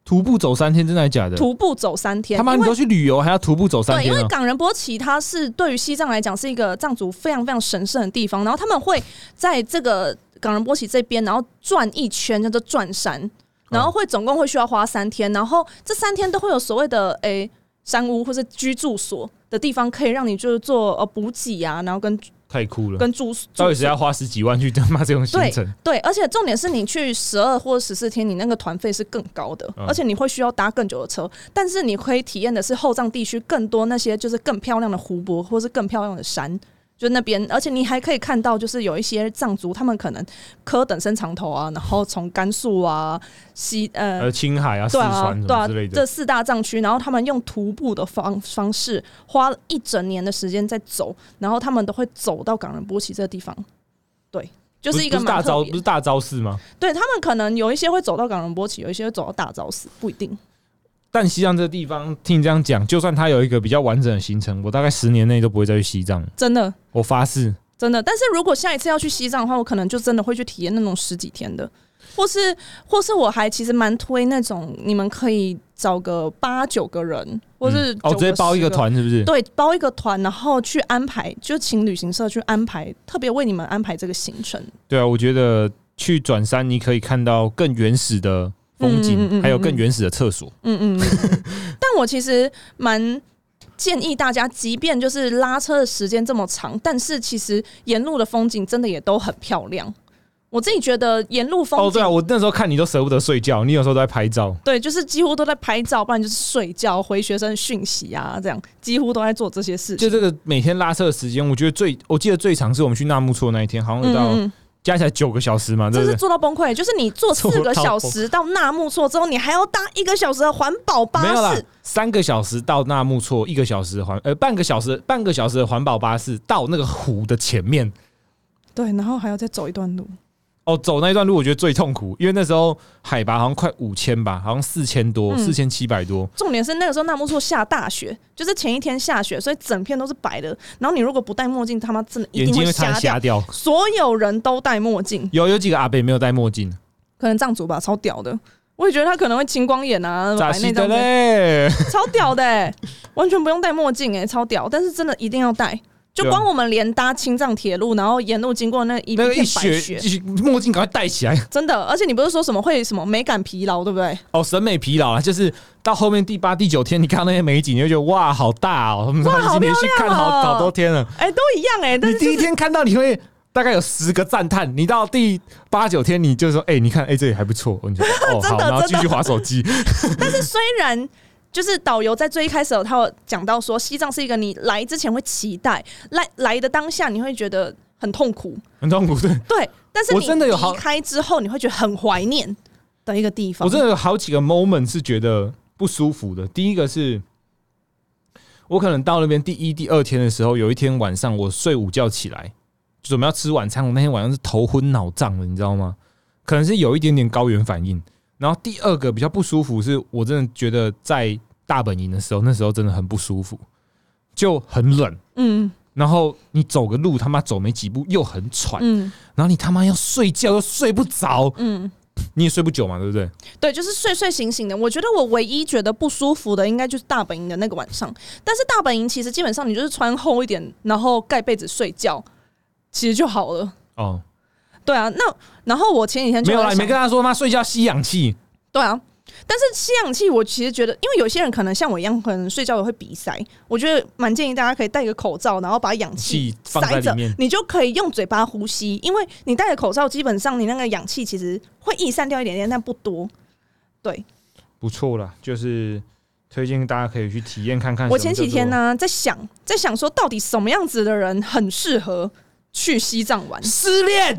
徒步走3天，真的还假的？ 徒步走3天， 他妈你都去旅游，还要徒步走3天？ 对，因为冈仁波齐它是对于西藏来讲是一个藏族非常非常神圣的地方，然后他们会在这个冈仁波齐这边，然后转一圈叫做转山，然后总共会需要花3天，然后这3天都会有所谓的山屋或是居住所的地方，可以让你就是做补给啊，然后太酷了， 跟到底是要花10几万去他妈这种行程？ 对，而且重点是你去12或14天，你那个团费是更高的，而且你会需要搭更久的车，但是你可以体验的是后藏地区更多那些就是更漂亮的湖泊或是更漂亮的山。就那边，而且你还可以看到，就是有一些藏族，他们可能柯等生长头啊，然后从甘肃啊、 青海啊、四川什么之类的， 这4大藏区，然后他们用徒步的方式，花了1整年的时间在走，然后他们都会走到冈仁波齐这个地方。对，就是一个蛮特别， 不是大昭寺吗？ 对，他们可能有一些会走到冈仁波齐，有一些会走到大昭寺，不一定。 但西藏这个地方，听你这样讲，就算它有一个比较完整的行程，我大概10年内都不会再去西藏。 真的， 我发誓， 真的。但是如果下一次要去西藏的话，我可能就真的会去体验那种10几天的，或是我还其实蛮推那种，你们可以找个8、9个人，或是直接包一个团，是不是？ 对，包一个团，然后去安排，就请旅行社去安排，特别为你们安排这个行程。 对啊，我觉得去转山，你可以看到更原始的风景，还有更原始的厕所。 但我其实蛮建议大家，即便就是拉车的时间这么长，但是其实沿路的风景真的也都很漂亮。我自己觉得沿路风景， 对啊，我那时候看你都舍不得睡觉，你有时候都在拍照。 对，就是几乎都在拍照，不然就是睡觉、回学生讯息啊，这样几乎都在做这些事情。 就这个每天拉车的时间，我记得最长是我们去纳木错那一天，好像有到加起来9个小时嘛，对不对？ 这是做到崩溃，就是你坐4个小时到纳木错之后，你还要搭1个小时的环保巴士。 没有啦，3个小时到纳木错，1个小时半个小时的环保巴士到那个湖的前面。 对，然后还要再走一段路。 走那一段路我觉得最痛苦，因为那时候海拔好像快5000吧，好像4000多，4700多。 重点是那个时候纳木错下大雪，就是前一天下雪，所以整片都是白的。然后你如果不戴墨镜，他妈真的一定会瞎掉。所有人都戴墨镜， 有几个阿伯没有戴墨镜， 可能藏族吧，超屌的。我也觉得他可能会青光眼啊， 咋西的嘞？ 超屌的完全不用戴墨镜超屌，但是真的一定要戴。就光我们连搭青藏铁路，然后沿路经过那一片白雪， 墨镜赶快戴起来， 真的。而且你不是说什么会什么美感疲劳，对不对？ 审美疲劳啊，就是到后面第8、第9天，你看到那些美景，你就觉得哇，好大哦！我们已经连续看好多天了， 都一样但是、 你第1天看到你会大概有10个赞叹，你到第8、9天你就说，你看，这里还不错，你就好，然后继续滑手机。 但是虽然。就是导游在最一开始他有讲到说，西藏是一个你来之前会期待，来的当下你会觉得很痛苦，对。但是你离开之后，你会觉得很怀念的一个地方。 我真的有好几个 moment 是觉得不舒服的。第一个是，我可能到那边第1、第2天的时候，有一天晚上我睡午觉起来，准备要吃晚餐，我那天晚上是头昏脑胀的，你知道吗？可能是有一点点高原反应。然后第2个比较不舒服是，我真的觉得在大本营的时候，那时候真的很不舒服，就很冷，然后你走个路他妈走没几步又很喘，然后你他妈要睡觉又睡不着，你也睡不久嘛，对不对？ 对，就是睡睡醒醒的。我觉得我唯一觉得不舒服的，应该就是大本营的那个晚上。但是大本营其实基本上你就是穿厚一点，然后盖被子睡觉，其实就好了。对啊，然后我前几天就没有啦，你没跟他说吗？睡觉吸氧气。 对啊，但是吸氧气我其实觉得，因为有些人可能像我一样，可能睡觉也会鼻塞，我觉得蛮建议大家可以戴一个口罩，然后把氧气塞着，你就可以用嘴巴呼吸。因为你戴着口罩，基本上你那个氧气其实会逸散掉一点点，但不多。对， 不错啦，就是推荐大家可以去体验看看。 我前几天呢，在想说，到底什么样子的人很适合去西藏玩？ 失恋。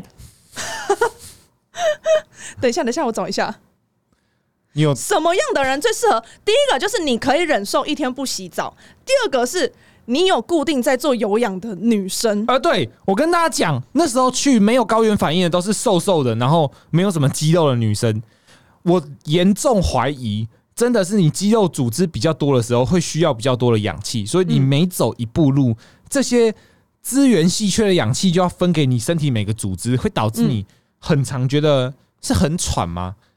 等一下，我找一下。 你有什么样的人最适合？第一个就是你可以忍受1天不洗澡，第2个是你有固定在做有氧的女生。 对，我跟大家讲，那时候去没有高原反应的都是瘦瘦的，然后没有什么肌肉的女生。我严重怀疑，真的是你肌肉组织比较多的时候，会需要比较多的氧气，所以你每走一步路，这些资源稀缺的氧气就要分给你身体每个组织，会导致你很常觉得是很喘吗？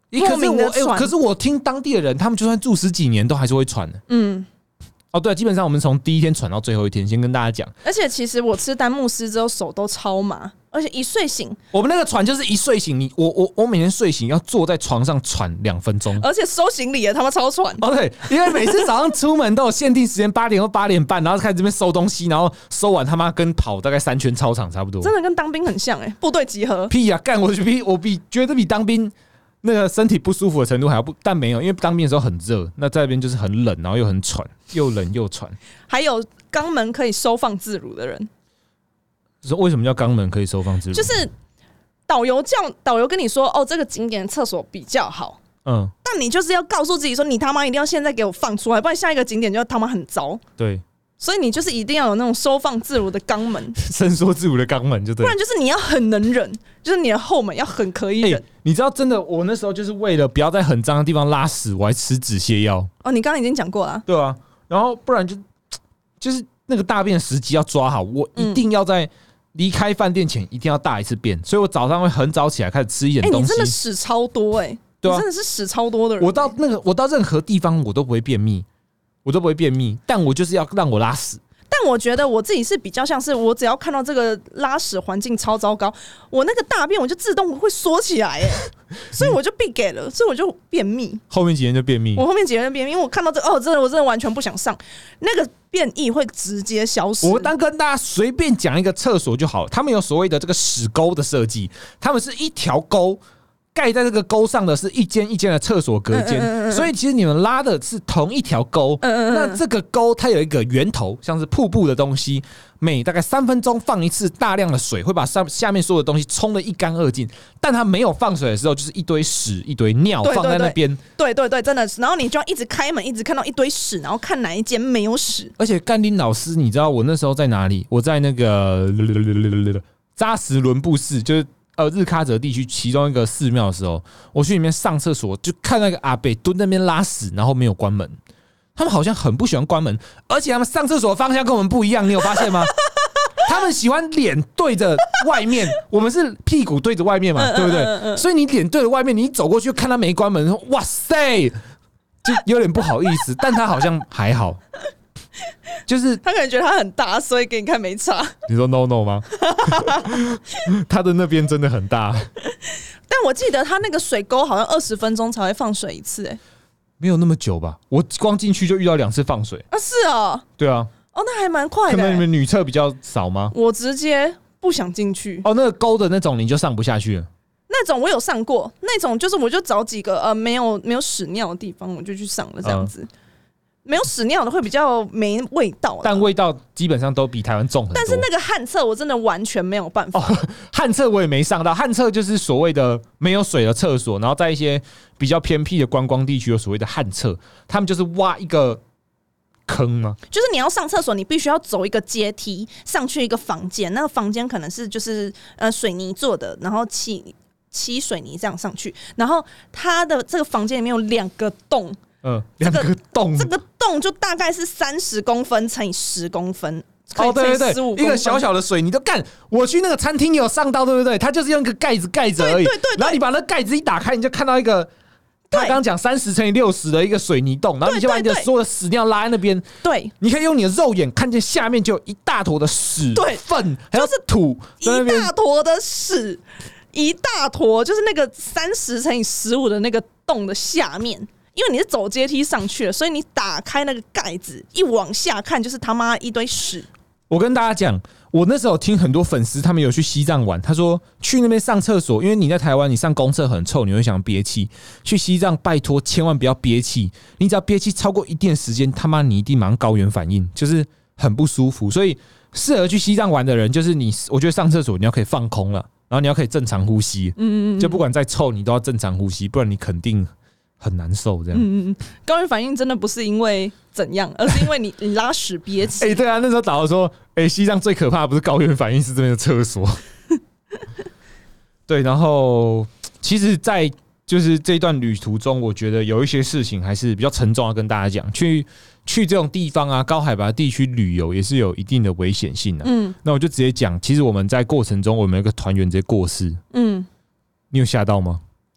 莫名的喘。 可是我听当地的人，他们就算住10几年，都还是会喘的。哦，对，基本上我们从第一天喘到最后一天，先跟大家讲。 而且其实我吃丹木斯之后手都超麻，而且一睡醒， 我们那个喘就是一睡醒，我每天睡醒要坐在床上喘2分钟， 而且收行李也他妈超喘。 哦对，因为每次早上出门都有限定时间8点或8点半，然后开始这边收东西，然后收完他妈跟跑大概3圈操场差不多， 真的跟当兵很像部队集合。 屁呀、干！我觉得比当兵那个身体不舒服的程度还要不，但没有，因为当兵的时候很热，那在那边就是很冷，然后又很喘，又冷又喘。 还有肛门可以收放自如的人， 说为什么叫肛门可以收放自如？ 就是导游跟你说，这个景点的厕所比较好，但你就是要告诉自己说，你他妈一定要现在给我放出来，不然下一个景点就他妈很糟。 对。 所以你就是一定要有那种收放自如的肛门， 伸缩自如的肛门就对， 不然就是你要很能忍，就是你的后门要很可以忍。 你知道真的，我那时候就是为了不要在很脏的地方拉屎，我还吃止泻药。 哦，你刚刚已经讲过了。 对啊，然后不然就是那个大便时机要抓好，我一定要在离开饭店前一定要大一次便，所以我早上会很早起来开始吃一点东西。 你真的屎超多对啊，你真的是屎超多的人。 我到任何地方我都不会便秘。但我就是要让我拉屎。 但我觉得我自己是比较像是，我只要看到这个拉屎环境超糟糕，我那个大便我就自动会缩起来所以我就必给了，所以我就便秘。 后面几天就便秘， 我后面几天就便秘，因为我看到我真的完全不想上，那个便意会直接消失。 我当跟大家随便讲一个厕所就好了，他们有所谓的这个屎沟的设计，他们是一条沟。盖在这个沟上的是一间一间的厕所隔间，所以其实你们拉的是同一条沟。那这个沟它有一个源头，像是瀑布的东西，每大概3分钟放一次大量的水，会把下面所有的东西冲得一干二净。但它没有放水的时候，就是一堆屎、一堆尿放在那边。 对，真的是。然后你就要一直开门，一直看到一堆屎，然后看哪一间没有屎。 而且干丁老师，你知道我那时候在哪里？我在那个扎什伦布市，就是日喀则地区其中一个寺庙的时候，我去里面上厕所，就看那个阿伯蹲在那边拉屎，然后没有关门。他们好像很不喜欢关门，而且他们上厕所的方向跟我们不一样，你有发现吗？他们喜欢脸对着外面，我们是屁股对着外面嘛，对不对？所以你脸对着外面，你一走过去看他没关门，哇塞，就有点不好意思，但他好像还好。就是他可能觉得他很大，所以给你看没差。 你说 no 吗？他的那边真的很大， 但我记得他那个水沟好像20分钟才会放水一次， 没有那么久吧？我光进去就遇到2次放水啊！是啊， 对啊， 那还蛮快的。 可能你们女厕比较少吗？ 我直接不想进去。 那个沟的那种你就上不下去了。 那种我有上过，那种就是我就找几个没有屎尿的地方，我就去上了这样子。没有屎尿的会比较没味道， 但味道基本上都比台湾重很多。 但是那个旱厕我真的完全没有办法。 旱厕我也没上到，旱厕就是所谓的没有水的厕所，然后在一些比较偏僻的观光地区有所谓的旱厕，他们就是挖一个坑吗？ 就是你要上厕所，你必须要走一个阶梯上去一个房间，那个房间可能是就是水泥做的，然后漆水泥这样上去，然后它的这个房间里面有2个洞。 2个洞， 这个洞就大概是30公分乘以10公分， 对，一个小小的水泥都干。我去那个餐厅也有上到，对不对？它就是用一个盖子盖着而已。对，然后你把那盖子一打开，你就看到一个他刚刚讲30乘以60的一个水泥洞，然后你就把你的所有的屎尿拉在那边。对，你可以用你的肉眼看见下面就有一大坨的屎、粪，还有土， 一大坨的屎，一大坨就是那个30乘以15的那个洞的下面。因为你是走阶梯上去了，所以你打开那个盖子，一往下看就是他妈一堆屎。 我跟大家讲，我那时候听很多粉丝他们有去西藏玩，他说去那边上厕所，因为你在台湾你上公厕很臭，你会想憋气。去西藏拜托千万不要憋气，你只要憋气超过一定时间，他妈你一定马上高原反应，就是很不舒服。所以适合去西藏玩的人，就是我觉得上厕所你要可以放空了，然后你要可以正常呼吸，就不管再臭你都要正常呼吸，不然你肯定很难受，这样。 高原反应真的不是因为怎样，而是因为你拉屎憋气。 对啊，那时候导游说，西藏最可怕的不是高原反应，是这边的厕所。对，然后其实，在就是这一段旅途中，我觉得有一些事情还是比较沉重，要跟大家讲。去这种地方啊，高海拔地区旅游也是有一定的危险性的。那我就直接讲，其实我们在过程中，我们有一个团员直接过世。你有吓到吗？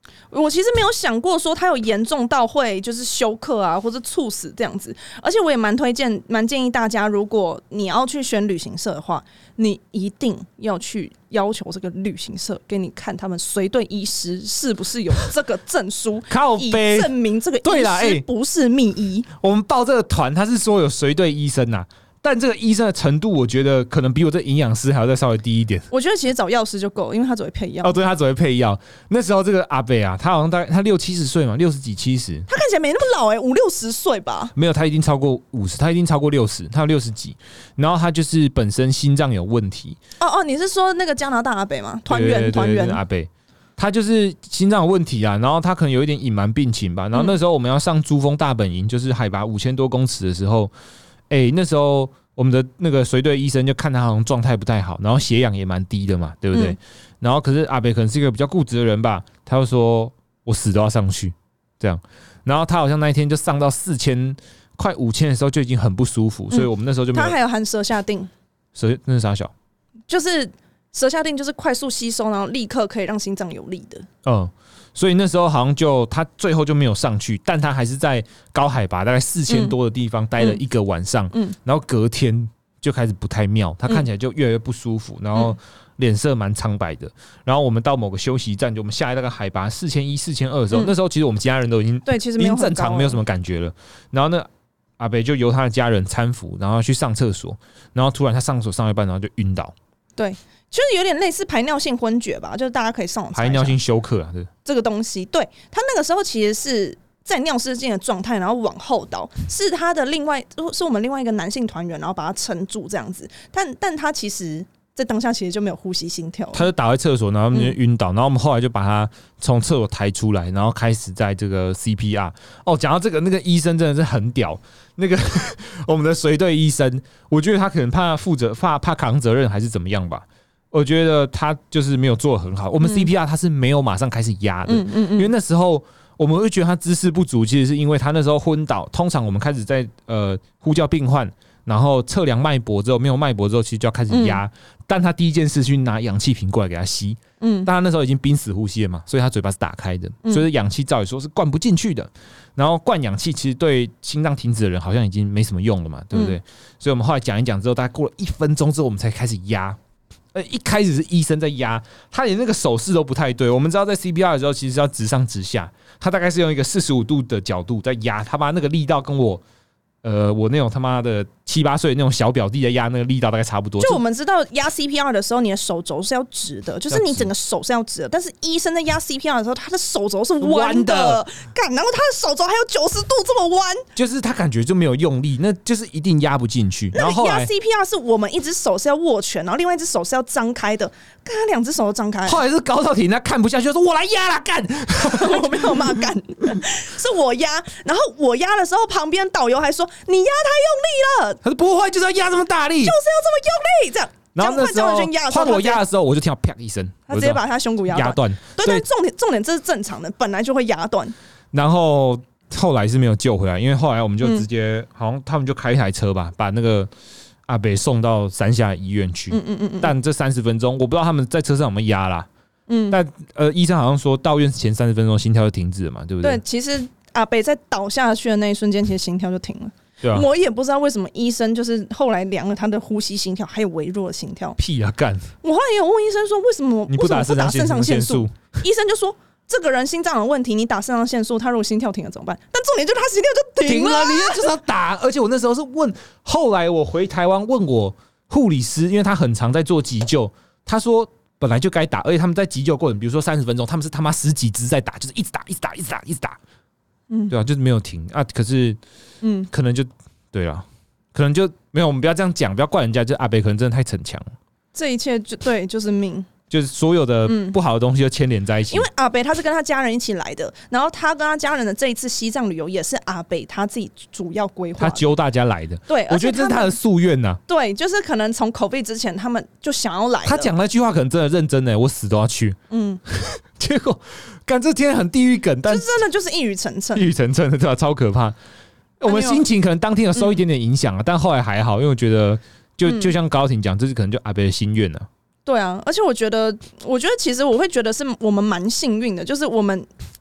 我其实没有想过说他有严重到会就是休克啊，或者猝死这样子。而且我也蛮建议大家，如果你要去选旅行社的话，你一定要去要求这个旅行社给你看他们随队医师是不是有这个证书，以证明这个医师不是密医。 我们报这个团，他是说有随队医生啊。但这个医生的程度，我觉得可能比我这营养师还要再稍微低一点。 我觉得其实找药师就够了，因为他只会配药。 哦，对，他只会配药。那时候这个阿伯啊，他好像大概他60-70岁嘛，60几70。 他看起来没那么老50-60岁吧？ 没有，他已经超过50，他已经超过60，他有60几。然后他就是本身心脏有问题。 哦，你是说那个加拿大阿伯吗？团员阿伯。他就是心脏有问题啊，然后他可能有一点隐瞒病情吧。然后那时候我们要上珠峰大本营，就是海拔5000多公尺的时候。那时候我们的那个随队医生就看他好像状态不太好，然后血氧也蛮低的嘛，对不对？然后可是阿北可能是一个比较固执的人吧，他就说我死都要上去这样。然后他好像那一天就上到4000快5000的时候就已经很不舒服，所以我们那时候就没有。 他还有含舌下定， 那是啥小？ 就是舌下定，就是快速吸收，然后立刻可以让心脏有力的。 所以那时候好像他最后就没有上去，但他还是在高海拔大概4000多的地方待了一个晚上，然后隔天就开始不太妙，他看起来就越来越不舒服，然后脸色蛮苍白的。然后我们到某个休息站，就我们下来大概海拔4100、4200的时候，那时候其实我们家人都已经正常，没有什么感觉了。然后那阿北就由他的家人搀扶，然后去上厕所，然后突然他上厕所上一半，然后就晕倒。 对。就是有点类似排尿性昏厥吧，就是大家可以上网查一下排尿性休克啊， 这个东西。对，他那个时候其实是在尿失禁的状态，然后往后倒，是他的是我们另外一个男性团员，然后把他撑住这样子。但他其实在当下其实就没有呼吸心跳了， 他就倒在厕所，然后就晕倒，然后我们后来就把他从厕所抬出来，然后开始在这个 CPR。讲到这个，那个医生真的是很屌，那个我们的随队医生，我觉得他可能怕扛责任还是怎么样吧。我觉得他就是没有做得很好。我们 CPR 他是没有马上开始压的，因为那时候我们会觉得他姿势不足，其实是因为他那时候昏倒。通常我们开始在呼叫病患，然后测量脉搏之后，没有脉搏之后，其实就要开始压。但他第一件事去拿氧气瓶过来给他吸，但他那时候已经濒死呼吸了嘛，所以他嘴巴是打开的，所以氧气照理说是灌不进去的。然后灌氧气其实对心脏停止的人好像已经没什么用了嘛，对不对？所以我们后来讲一讲之后，大概过了1分钟之后，我们才开始压。一开始是医生在压，他连那个手势都不太对。我们知道在 CPR 的时候，其实是要直上直下，他大概是用一个45度的角度在压，他把那个力道跟我那种他妈的7、8岁那种小表弟在压那个力道大概差不多。 就我们知道压 CPR 的时候，你的手肘是要直的，就是你整个手是要直的。但是医生在压 CPR 的时候，他的手肘是弯的，干，然后他的手肘还有90度这么弯， 就是他感觉就没有用力，那就是一定压不进去。然后后来压 CPR 是我们一只手是要握拳，然后另外一只手是要张开的，看他2只手都张开。 后来是高到体，他看不下去，就说我来压啦，干！ 我没有骂干，是我压。然后我压的时候，旁边导游还说你压太用力了。 他说不会，就是要压这么大力， 就是要这么用力，这样。 然后那时候换我压的时候，我就听到啪一声， 他直接把他胸骨压断。对，但重点这是正常的，本来就会压断。 然后后来是没有救回来，因为后来我们就直接好像他们就开一台车吧，把那个阿北送到三峡医院去。但这30分钟，我不知道他们在车上有没有压啦。但医生好像说到院前30分钟心跳就停止了嘛，对不对？ 对，其实阿北在倒下去的那一瞬间，其实心跳就停了。 对啊， 我也不知道为什么医生就是后来量了他的呼吸心跳，还有微弱的心跳。 屁啊，干！ 我后来也有问医生说，为什么你不打肾上腺素？医生就说这个人心脏有问题，你打肾上腺素，他如果心跳停了怎么办？但重点就是他心跳就停了， 你就是要打。而且我那时候是问，后来我回台湾问我护理师，因为他很常在做急救，他说本来就该打，而且他们在急救过程，比如说30分钟，他们是他妈10几支在打，就是一直打，一直打，一直打，一直打。对啊，就是没有停啊。可是，可能就对了，可能就没有。我们不要这样讲，不要怪人家。就阿北可能真的太逞强了， 这一切就对，就是命。 就是所有的不好的东西都牵连在一起。 因为阿北他是跟他家人一起来的，然后他跟他家人的这一次西藏旅游也是阿北他自己主要规划， 他揪大家来的。 对， 我觉得这是他的夙愿呐。 对，就是可能从COVID之前他们就想要来。 他讲那句话可能真的认真的，我死都要去。结果干这天很地狱梗，但就真的就是一语成谶， 一语成谶的，对吧？超可怕。我们心情可能当天有受一点点影响啊，但后来还好，因为我觉得就像高婷讲，这是可能就阿北的心愿啊。 对啊，而且我觉得其实我会觉得是我们蛮幸运的，就是我们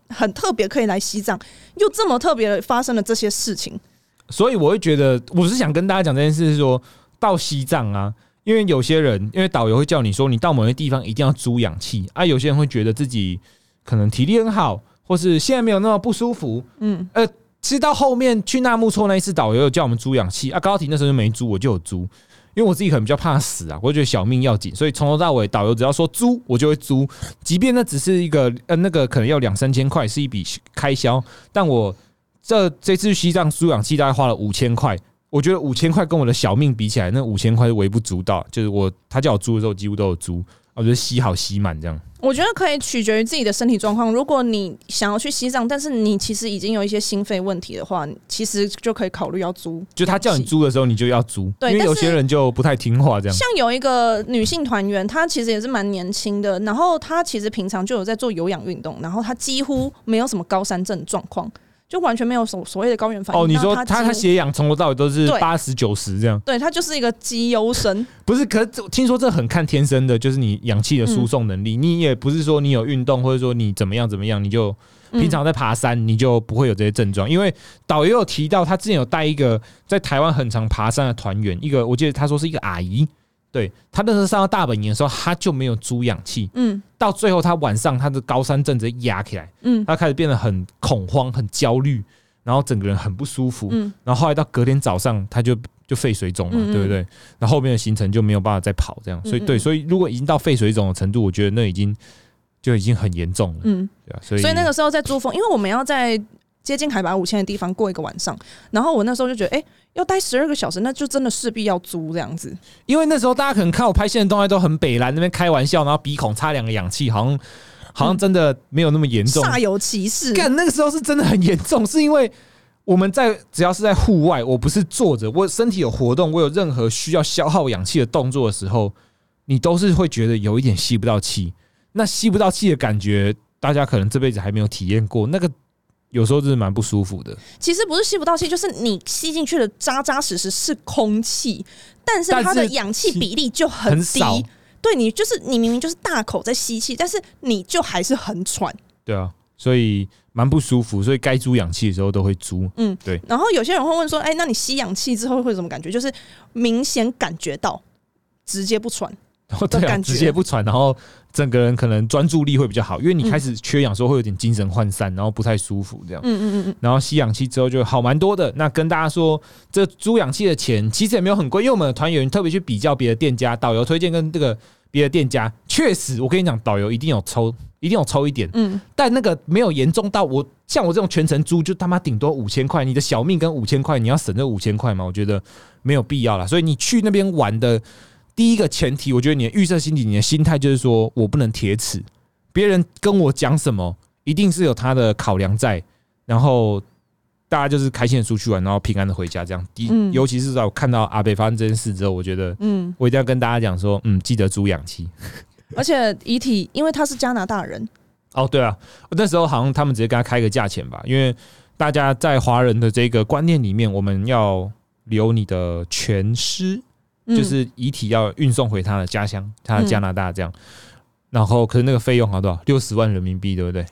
很特别可以来西藏，又这么特别发生了这些事情。 所以我会觉得，我是想跟大家讲这件事，是说到西藏啊，因为有些人，因为导游会叫你说，你到某些地方一定要租氧气啊。有些人会觉得自己可能体力很好，或是现在没有那么不舒服。其实到后面去纳木错那一次，导游有叫我们租氧气啊。高铁那时候就没租，我就有租，因为我自己可能比较怕死啊，我觉得小命要紧，所以从头到尾导游只要说租，我就会租，即便那只是一个那个可能要2-3千块是一笔开销，但我这次去西藏租氧气大概花了5000块。我觉得5000块跟我的小命比起来，那5000块是微不足道。就是他叫我租的时候，几乎都有租，我觉得吸好吸满这样。 我觉得可以取决于自己的身体状况。如果你想要去西藏，但是你其实已经有一些心肺问题的话，其实就可以考虑要租。 就他叫你租的时候，你就要租， 对， 因为有些人就不太听话这样。 像有一个女性团员，她其实也是蛮年轻的，然后她其实平常就有在做有氧运动，然后她几乎没有什么高山症状况。就完全没有所谓的高原反应。 你说他血氧从头到尾都是80、90这样？ 对，他就是一个绩优生。 不是，可是听说这很看天生的，就是你氧气的输送能力。你也不是说你有运动，或者说你怎么样，你就平常在爬山，你就不会有这些症状。因为导游有提到，他之前有带一个在台湾很常爬山的团员，一个我记得他说是一个阿姨。对，他那时候上到大本营的时候，他就没有租氧气。到最后他晚上他的高山症直接压起来，他开始变得很恐慌、很焦虑，然后整个人很不舒服。然后后来到隔天早上，他就肺水肿了，对不对？然后后面的行程就没有办法再跑，这样。所以如果已经到肺水肿的程度，我觉得那已经很严重了。对啊，所以那个时候在珠峰，因为我们要在接近海拔5000的地方过一个晚上，然后我那时候就觉得，要待12个小时，那就真的势必要租这样子。 因为那时候大家可能看我拍现实动态都很北蓝，那边开玩笑，然后鼻孔插2个氧气，好像真的没有那么严重， 煞有其事。 干，那个时候是真的很严重，是因为我们只要是在户外，我不是坐着，我身体有活动，我有任何需要消耗氧气的动作的时候，你都是会觉得有一点吸不到气。那吸不到气的感觉，大家可能这辈子还没有体验过，那个有时候真的蛮不舒服的。 其实不是吸不到气，就是你吸进去的扎扎实实是空气，但是它的氧气比例就很低。对，你明明就是大口在吸气，但是你就还是很喘。 对啊，所以蛮不舒服，所以该租氧气的时候都会租。对。 然后有些人会问说，那你吸氧气之后会有什么感觉？就是明显感觉到直接不喘。 对啊，直接不喘，然后整个人可能专注力会比较好，因为你开始缺氧的时候会有点精神涣散，然后不太舒服这样。然后吸氧气之后就好蛮多的。那跟大家说，这租氧气的钱其实也没有很贵，因为我们的团员特别去比较别的店家，导游推荐跟这个别的店家，确实我跟你讲，导游一定有抽一点。但那个没有严重到像我这种全程租就他妈顶多5000块，你的小命跟5000块，你要省这5000块吗？我觉得没有必要啦。所以你去那边玩的第一个前提，我觉得你的预设心理，你的心态就是说我不能铁齿，别人跟我讲什么，一定是有他的考量在，然后大家就是开心的出去玩，然后平安的回家，这样。尤其是在我看到阿北发生这件事之后，我觉得，我一定要跟大家讲说，记得租氧气。 而且遗体，因为他是加拿大人， 对啊，那时候好像他们直接跟他开个价钱吧，因为大家在华人的这个观念里面，我们要留你的全尸。就是遗体要运送回他的家乡，他的加拿大这样。然后，可是那个费用好多少？60万人民币，对不对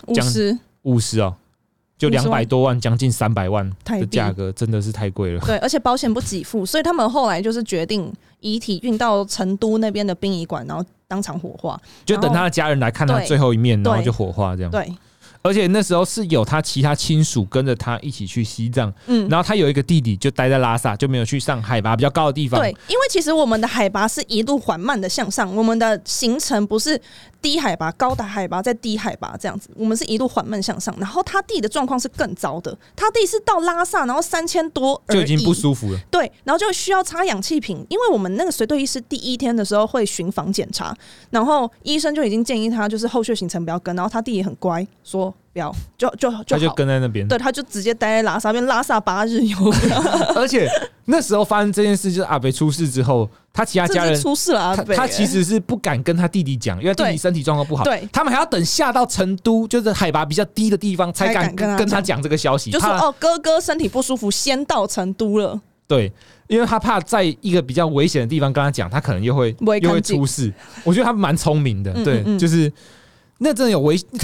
？50哦，就200多万，将近300万的价格，真的是太贵了。 对，而且保险不给付，所以他们后来就是决定遗体运到成都那边的殡仪馆，然后当场火化， 就等他的家人来看他最后一面，然后就火化这样。 对。 而且那时候是有他其他亲属跟着他一起去西藏，然后他有一个弟弟就待在拉萨，就没有去上海拔比较高的地方。 对，因为其实我们的海拔是一路缓慢的向上，我们的行程不是低海拔、高海拔再低海拔这样子，我们是一路缓慢向上。然后他弟的状况是更糟的，他弟是到拉萨，然后3000多而已， 就已经不舒服了。 对，然后就需要插氧气瓶，因为我们那个随队医师第1天的时候会巡房检查，然后医生就已经建议他就是后续行程不要跟，然后他弟也很乖，说不要他就跟在那边， 对，他就直接待在拉萨，变拉萨8日游。 而且那时候发生这件事，就是阿北出事之后，他其他家人出事了，阿北他其实是不敢跟他弟弟讲，因为弟弟身体状况不好， 对， 他们还要等下到成都，就是海拔比较低的地方，才敢跟他讲这个消息， 就说哥哥身体不舒服，先到成都了。 对，因为他怕在一个比较危险的地方跟他讲，他可能又会出事。我觉得他蛮聪明的，对，就是那真的有危，他因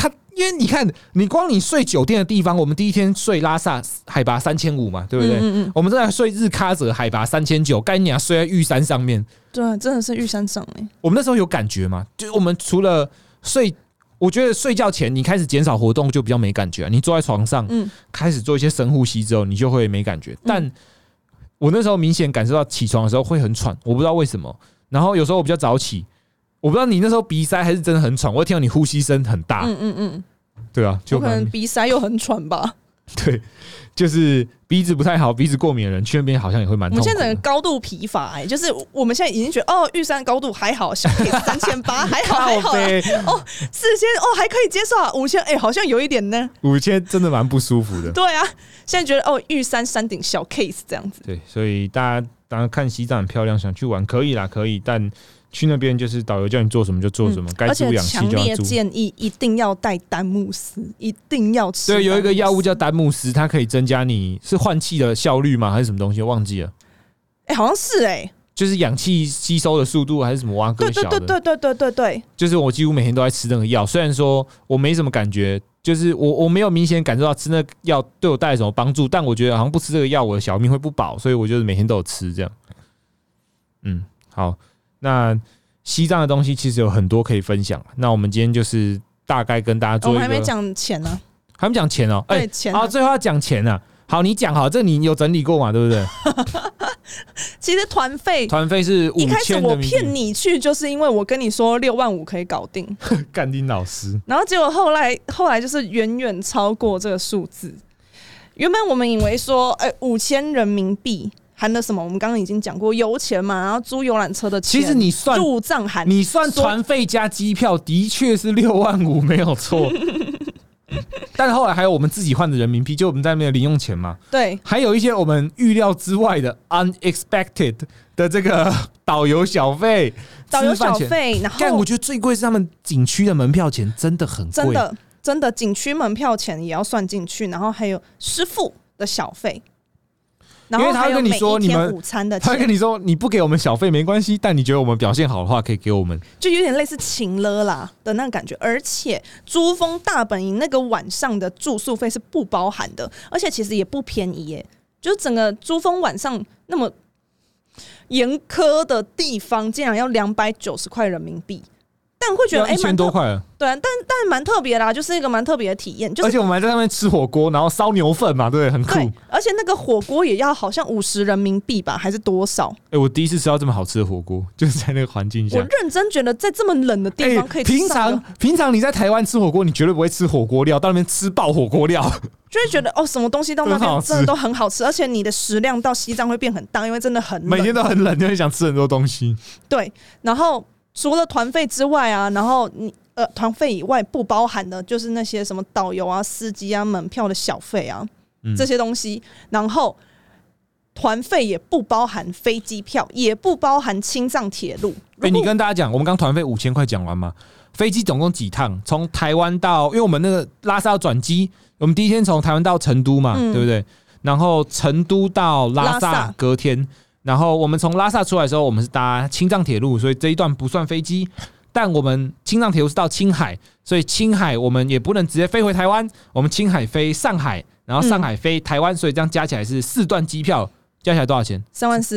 因为你看，你光你睡酒店的地方，我们第一天睡拉萨海拔3500嘛，对不对？我们再来睡日喀则海拔3900，该你睡在玉山上面。 对啊，真的是玉山上我们那时候有感觉吗？就是我们除了睡，我觉得睡觉前你开始减少活动就比较没感觉你坐在床上，开始做一些深呼吸之后，你就会没感觉。但我那时候明显感受到起床的时候会很喘，我不知道为什么。然后有时候我比较早起，我不知道你那时候鼻塞还是真的很喘，我会听到你呼吸声很大。对啊，就可能鼻塞又很喘吧。 对，就是鼻子不太好，鼻子过敏的人去那边好像也会蛮痛苦的。 我们现在整个高度疲乏就是我们现在已经觉得玉山高度还好，小 case 3800还好还好4000还可以接受5000好像有一点呢。 5000真的蛮不舒服的。 对啊，现在觉得玉山山顶小 case 这样子。 对，所以大家当然看西藏很漂亮，想去玩可以啦，可以，但去那边就是导游叫你做什么就做什么，该注氧气就要注。 而且强烈建议一定要带丹木斯，一定要吃。 对，有一个药物叫丹木斯，它可以增加你是换气的效率吗？还是什么东西？忘记了。 好像是就是氧气吸收的速度还是什么蛙哥小的？ 对， 就是我几乎每天都在吃那个药，虽然说我没什么感觉，就是我没有明显感受到吃那个药对我带来什么帮助，但我觉得好像不吃这个药，我的小命会不保，所以我就是每天都有吃这样。好。那西藏的东西其实有很多可以分享，那我们今天就是大概跟大家做一个。 我们还没讲钱呢， 还没讲钱哦。 对，钱好，最后要讲钱啊。好，你讲好，这你有整理过嘛？对不对？ 其实团费是5000。 一开始我骗你去，就是因为我跟你说65000可以搞定， 干丁老师。 然后结果后来就是远远超过这个数字。原本我们以为说，5000人民币。含了什么？我们刚刚已经讲过油钱嘛，然后租游览车的钱， 其实你算入账含， 你算团费加机票，的确是65000没有错。但是后来还有我们自己换的人民币，就我们在那边的零用钱嘛。 对， 还有一些我们预料之外的 unexpected 的这个导游小费、 然后但我觉得最贵是他们景区的门票钱，真的很贵， 真的景区门票钱也要算进去，然后还有师傅的小费。 因为他会跟你说，你们午餐的钱， 他会跟你说，你不给我们小费没关系，但你觉得我们表现好的话，可以给我们， 就有点类似情勒啦的那个感觉。而且珠峰大本营那个晚上的住宿费是不包含的，而且其实也不便宜耶。就是整个珠峰晚上那么严苛的地方，竟然要290块人民币。但会觉得 1000多块了， 对，但蛮特别啦，就是一个蛮特别的体验。就是、 而且我们还在上面吃火锅，然后烧牛粪嘛，对，很酷。 对，而且那个火锅也要好像50人民币吧，还是多少？ 我第一次吃到这么好吃的火锅，就是在那个环境下。 我认真觉得在这么冷的地方可以吃。 平常你在台湾吃火锅，你绝对不会吃火锅料，到那边吃爆火锅料， 就会觉得什么东西到那边真的都很好吃，而且你的食量到西藏会变很大，因为真的很冷， 每天都很冷，就会想吃很多东西。 对，然后。除了团费之外啊，然后团费以外不包含的就是那些什么导游啊、司机啊、门票的小费啊、这些东西，然后团费也不包含飞机票，也不包含青藏铁路。 你跟大家讲，我们刚团费5000块讲完吗？飞机总共几趟？从台湾到，因为我们那个拉萨要转机，我们第一天从台湾到成都嘛，对不对？然后成都到拉萨隔天。然后我们从拉萨出来的时候，我们是搭青藏铁路，所以这一段不算飞机。但我们青藏铁路是到青海，所以青海我们也不能直接飞回台湾，我们青海飞上海，然后上海飞台湾，所以这样加起来是4段机票，加起来多少钱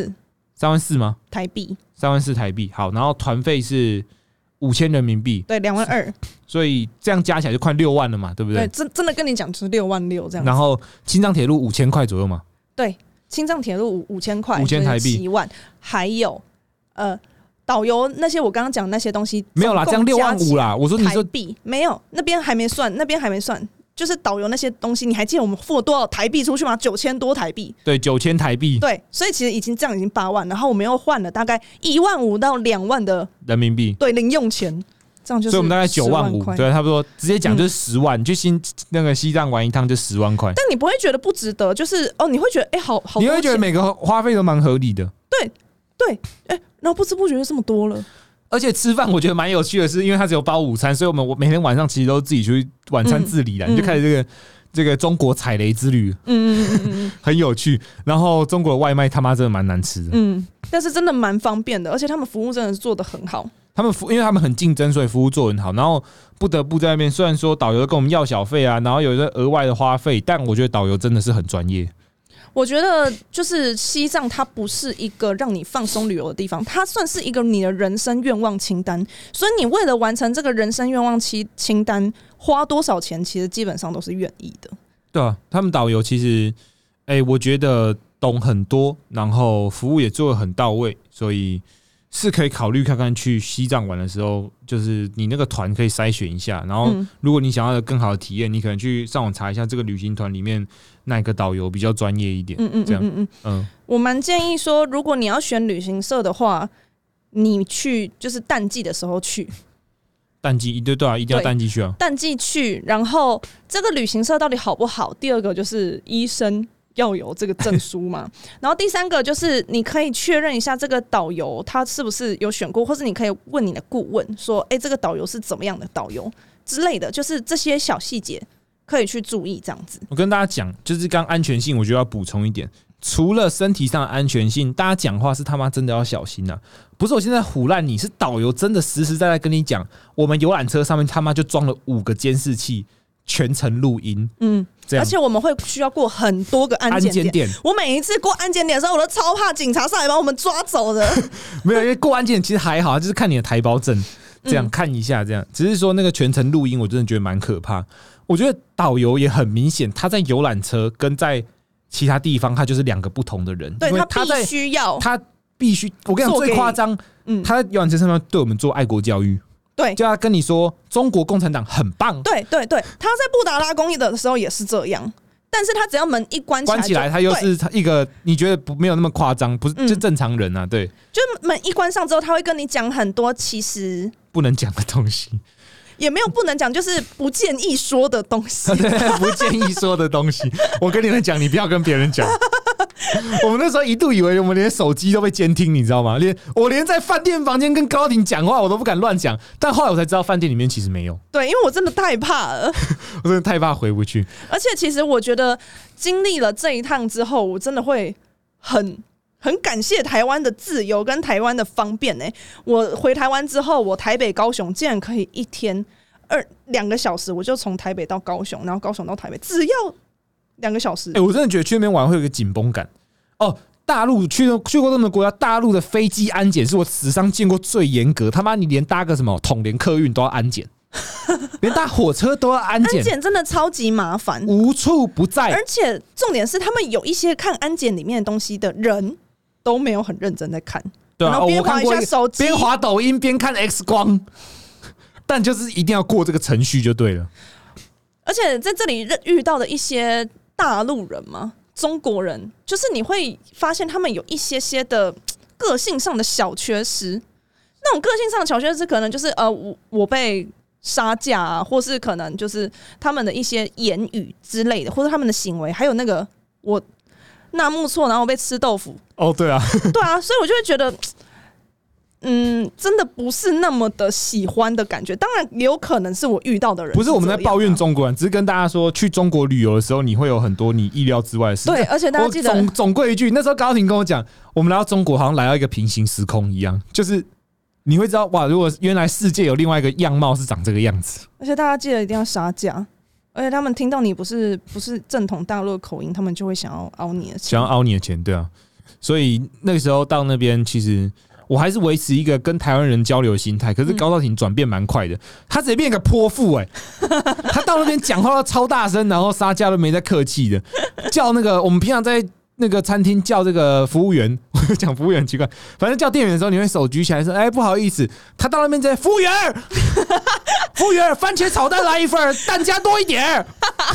？34000吗？ 台币。 34000台币。好，然后团费是5000人民币， 对，22000。 所以这样加起来就快6万了嘛，对不对？ 对，真的跟你讲就是66000这样。 然后青藏铁路5000块左右嘛。 对。青藏铁路5000块 ，5000台币 7万，还有导游那些我刚刚讲那些东西没有啦，这样65000啦。我说你说台币没有，那边还没算，就是导游那些东西，你还记得我们付了多少台币出去吗？9000多台币。 对，9000台币。 对，所以其实已经8万，然后我们又换了大概15000到2万的人民币， 对，零用钱。这样就是， 所以我们大概95000，对，差不多，直接讲就是10万，就那个西藏玩一趟就10万块。 但你不会觉得不值得，就是你会觉得好多钱， 你会觉得每个花费都蛮合理的。 对，然后不知不觉就这么多了。 而且吃饭我觉得蛮有趣的是，因为它只有包午餐，所以我每天晚上其实都自己出去晚餐自理了，你就开始这个中国踩雷之旅，很有趣。然后中国的外卖他妈真的蛮难吃的， 但是真的蛮方便的，而且他们服务真的是做得很好。 因为他们很竞争，所以服务做很好，然后不得不在那边。虽然说导游跟我们要小费啊，然后有一些额外的花费，但我觉得导游真的是很专业。 我觉得就是西藏，它不是一个让你放松旅游的地方，它算是一个你的人生愿望清单。所以你为了完成这个人生愿望清单，花多少钱，其实基本上都是愿意的。 对啊，他们导游其实，我觉得懂很多，然后服务也做得很到位，所以是可以考虑看看去西藏玩的时候，就是你那个团可以筛选一下，然后如果你想要的更好的体验，你可能去上网查一下这个旅行团里面哪个导游比较专业一点。这样， 我蛮建议说，如果你要选旅行社的话，你去就是淡季的时候去。 淡季对啊，一定要淡季去啊！ 淡季去，然后这个旅行社到底好不好？第二个就是医生要有这个证书嘛，然后第三个就是你可以确认一下这个导游他是不是有选过，或是你可以问你的顾问说，这个导游是怎么样的导游之类的，就是这些小细节可以去注意。这样子，我跟大家讲，就是刚安全性，我觉得要补充一点。除了身体上的安全性，大家讲话是他妈真的要小心啊！不是我现在唬烂你，是导游真的实实在在跟你讲，我们游览车上面他妈就装了5个监视器，全程录音。 而且我们会需要过很多个安检点。我每一次过安检点的时候，我都超怕警察上来把我们抓走的。 没有，因为过安检其实还好，就是看你的台胞证，这样看一下，这样。只是说那个全程录音，我真的觉得蛮可怕。我觉得导游也很明显，他在游览车跟在其他地方，他就是2个不同的人。 对，他必须， 我跟你讲最夸张，他在游览车上面对我们做爱国教育。 对， 就要跟你说中国共产党很棒。 对，他在布达拉宫的时候也是这样，但是他只要门一关起来，他又是一个你觉得没有那么夸张，不是就正常人啊？对， 就门一关上之后，他会跟你讲很多其实不能讲的东西。 也没有不能讲，就是不建议说的东西。 对，不建议说的东西，我跟你们讲，你不要跟别人讲。我们那时候一度以为我们连手机都被监听，你知道吗？我连在饭店房间跟高庭讲话，我都不敢乱讲。但后来我才知道，饭店里面其实没有。 对，因为我真的太怕了， 我真的太怕回不去。 而且，其实我觉得经历了这一趟之后，我真的会很感谢台湾的自由跟台湾的方便。我回台湾之后，我台北高雄竟然可以一天2个小时，我就从台北到高雄，然后高雄到台北只要2个小时。 我真的觉得去那边玩会有一个紧绷感。大陆去过这么多国家，大陆的飞机安检是我史上见过最严格。他妈，你连搭个什么统联客运都要安检，连搭火车都要安检， 安检真的超级麻烦， 无处不在。 而且重点是，他们有一些看安检里面的东西的人都没有很认真在看， 对啊， 然后边滑一下手机， 边滑抖音边看 X 光，但就是一定要过这个程序就对了。 而且在这里遇到的一些大陆人嘛，中国人，就是你会发现他们有一些的个性上的小缺失。那种个性上的小缺失，可能就是我被杀价啊，或是可能就是他们的一些言语之类的，或者他们的行为，还有那个我纳木错，然后被吃豆腐。 对啊， 对啊，所以我就会觉得。真的不是那么的喜欢的感觉。当然，也有可能是我遇到的人。 不是我们在抱怨中国人，只是跟大家说，去中国旅游的时候，你会有很多你意料之外的事。 对，而且大家记得， 总归一句，那时候高庭跟我讲，我们来到中国好像来到一个平行时空一样，就是你会知道，哇，如果原来世界有另外一个样貌是长这个样子。 而且大家记得一定要杀价，而且他们听到你不是正统大陆的口音，他们就会想要凹你的钱， 想要凹你的钱，对啊。所以那个时候到那边，其实。我还是维持一个跟台湾人交流的心态，可是高道庭转变蛮快的，他直接变一个泼妇他到那边讲话都超大声，然后杀价都没在客气的，叫那个我们平常在那个餐厅叫这个服务员，我讲服务员很奇怪，反正叫店员的时候你会手举起来说，不好意思，他到那边在服务员，番茄炒蛋来1份，蛋加多一点。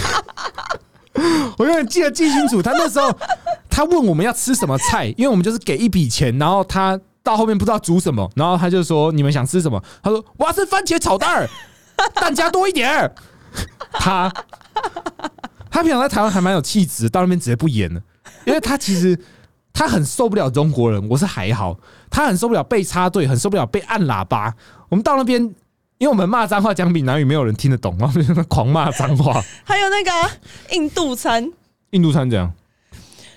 我永远记清楚，他那时候他问我们要吃什么菜，因为我们就是给一笔钱，然后他。到后面不知道煮什么，然后他就说：“你们想吃什么？”他说：“我要吃番茄炒蛋，蛋加多一点。”他平常在台湾还蛮有气质，到那边直接不演了，因为他其实他很受不了中国人，我是还好，他很受不了被插队，很受不了被按喇叭。我们到那边，因为我们骂脏话讲闽南语，没有人听得懂，然后就狂骂脏话。 还有那个印度餐怎样？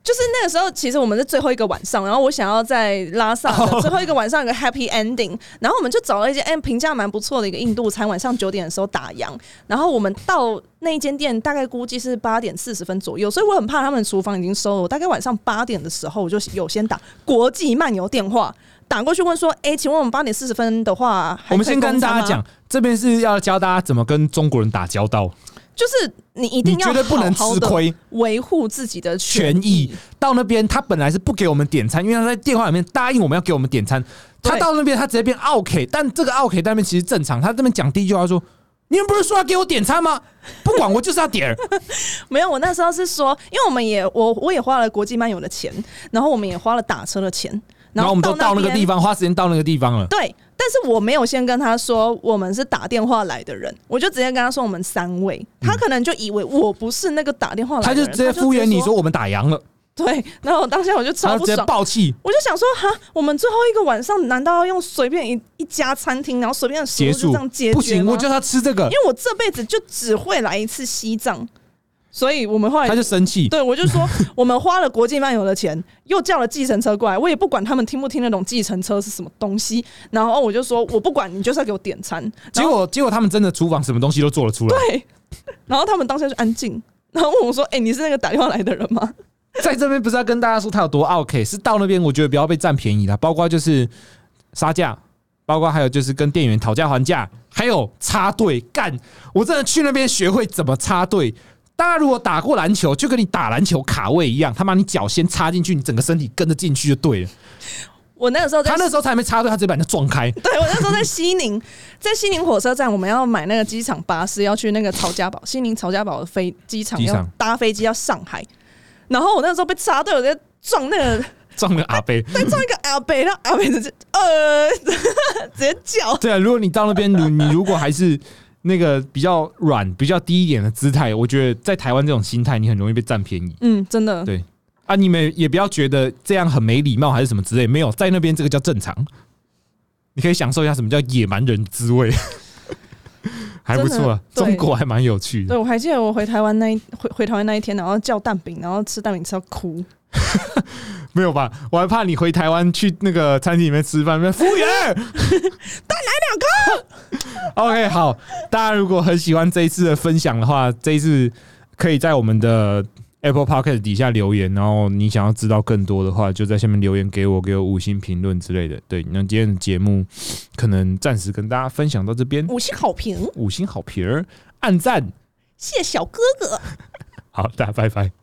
就是那个时候，其实我们是最后一个晚上，然后我想要在拉萨的最后一个晚上有个 happy ending， 然后我们就找了一间评价蛮不错的一个印度餐，晚上9点的时候打烊，然后我们到那一间店大概估计是8点40分左右，所以我很怕他们厨房已经收了，我大概晚上8点的时候我就有先打国际漫游电话。打过去问说：“请问我们8点40分的话， 我们先跟大家讲，这边是要教大家怎么跟中国人打交道。 就是你一定要绝对不能吃亏， 维护自己的权益。到那边，他本来是不给我们点餐，因为他在电话里面答应我们要给我们点餐。他到那边，他直接变 OK， 但这个 OK 在那边其实正常。他这边讲第一句话说：‘你们不是说要给我点餐吗？不管，我就是要点。’ 没有，我那时候是说，因为我也花了国际漫游的钱，然后我们也花了打车的钱。” 然后我们都到那个地方，花时间到那个地方了。 对，但是我没有先跟他说我们是打电话来的人，我就直接跟他说我们3位，他可能就以为我不是那个打电话来的人， 他就直接敷衍你说我们打烊了。 对，然后当下我就超不爽， 他直接爆气， 我就想说哈，我们最后一个晚上难道要用随便一家餐厅，然后随便的食物就这样解决吗？ 不行，我就要吃这个，因为我这辈子就只会来一次西藏。所以我们后来他就生气， 对我就说我们花了国际漫游的钱，又叫了计程车过来，我也不管他们听不听得懂计程车是什么东西，然后我就说我不管，你就是要给我点餐。 结果他们真的厨房什么东西都做了出来， 对，然后他们当下就安静，然后问我说：“你是那个打电话来的人吗？” 在这边不是要跟大家说他有多 OK， 是到那边我觉得不要被占便宜啦，包括就是杀价。包括还有就是跟店员讨价还价，还有插队干，我真的去那边学会怎么插队。大家如果打过篮球，就跟你打篮球卡位一样，他把你脚先插进去，你整个身体跟着进去就对了。 我那个时候他那时候才没插队，他直接把人家撞开。 对，我那时候在西宁，在西宁火车站，我们要买那个机场巴士，要去那个曹家堡，西宁曹家堡的机场要搭飞机要上海。然后我那时候被插队，我直接撞那个。 撞了阿伯， 再撞一个阿伯，然后阿伯直接直接叫。 对啊，如果你到那边，你如果还是那个比较软、比较低一点的姿态，我觉得在台湾这种心态，你很容易被占便宜。 真的。 对啊，你们也不要觉得这样很没礼貌还是什么之类，没有，在那边这个叫正常。你可以享受一下什么叫野蛮人滋味，还不错啊。中国还蛮有趣的。 对，我还记得我回台湾那一天，然后叫蛋饼，然后吃蛋饼吃到哭。 没有吧？我还怕你回台湾去那个餐厅里面吃饭，服务员再来2个。 OK， 好，大家如果很喜欢这一次的分享的话，这一次可以在我们的 Apple Podcast 底下留言，然后你想要知道更多的话，就在下面留言给我5星评论之类的。对，那今天的节目可能暂时跟大家分享到这边 ，5星好评， 按赞， 谢小哥哥。 好，大家拜拜。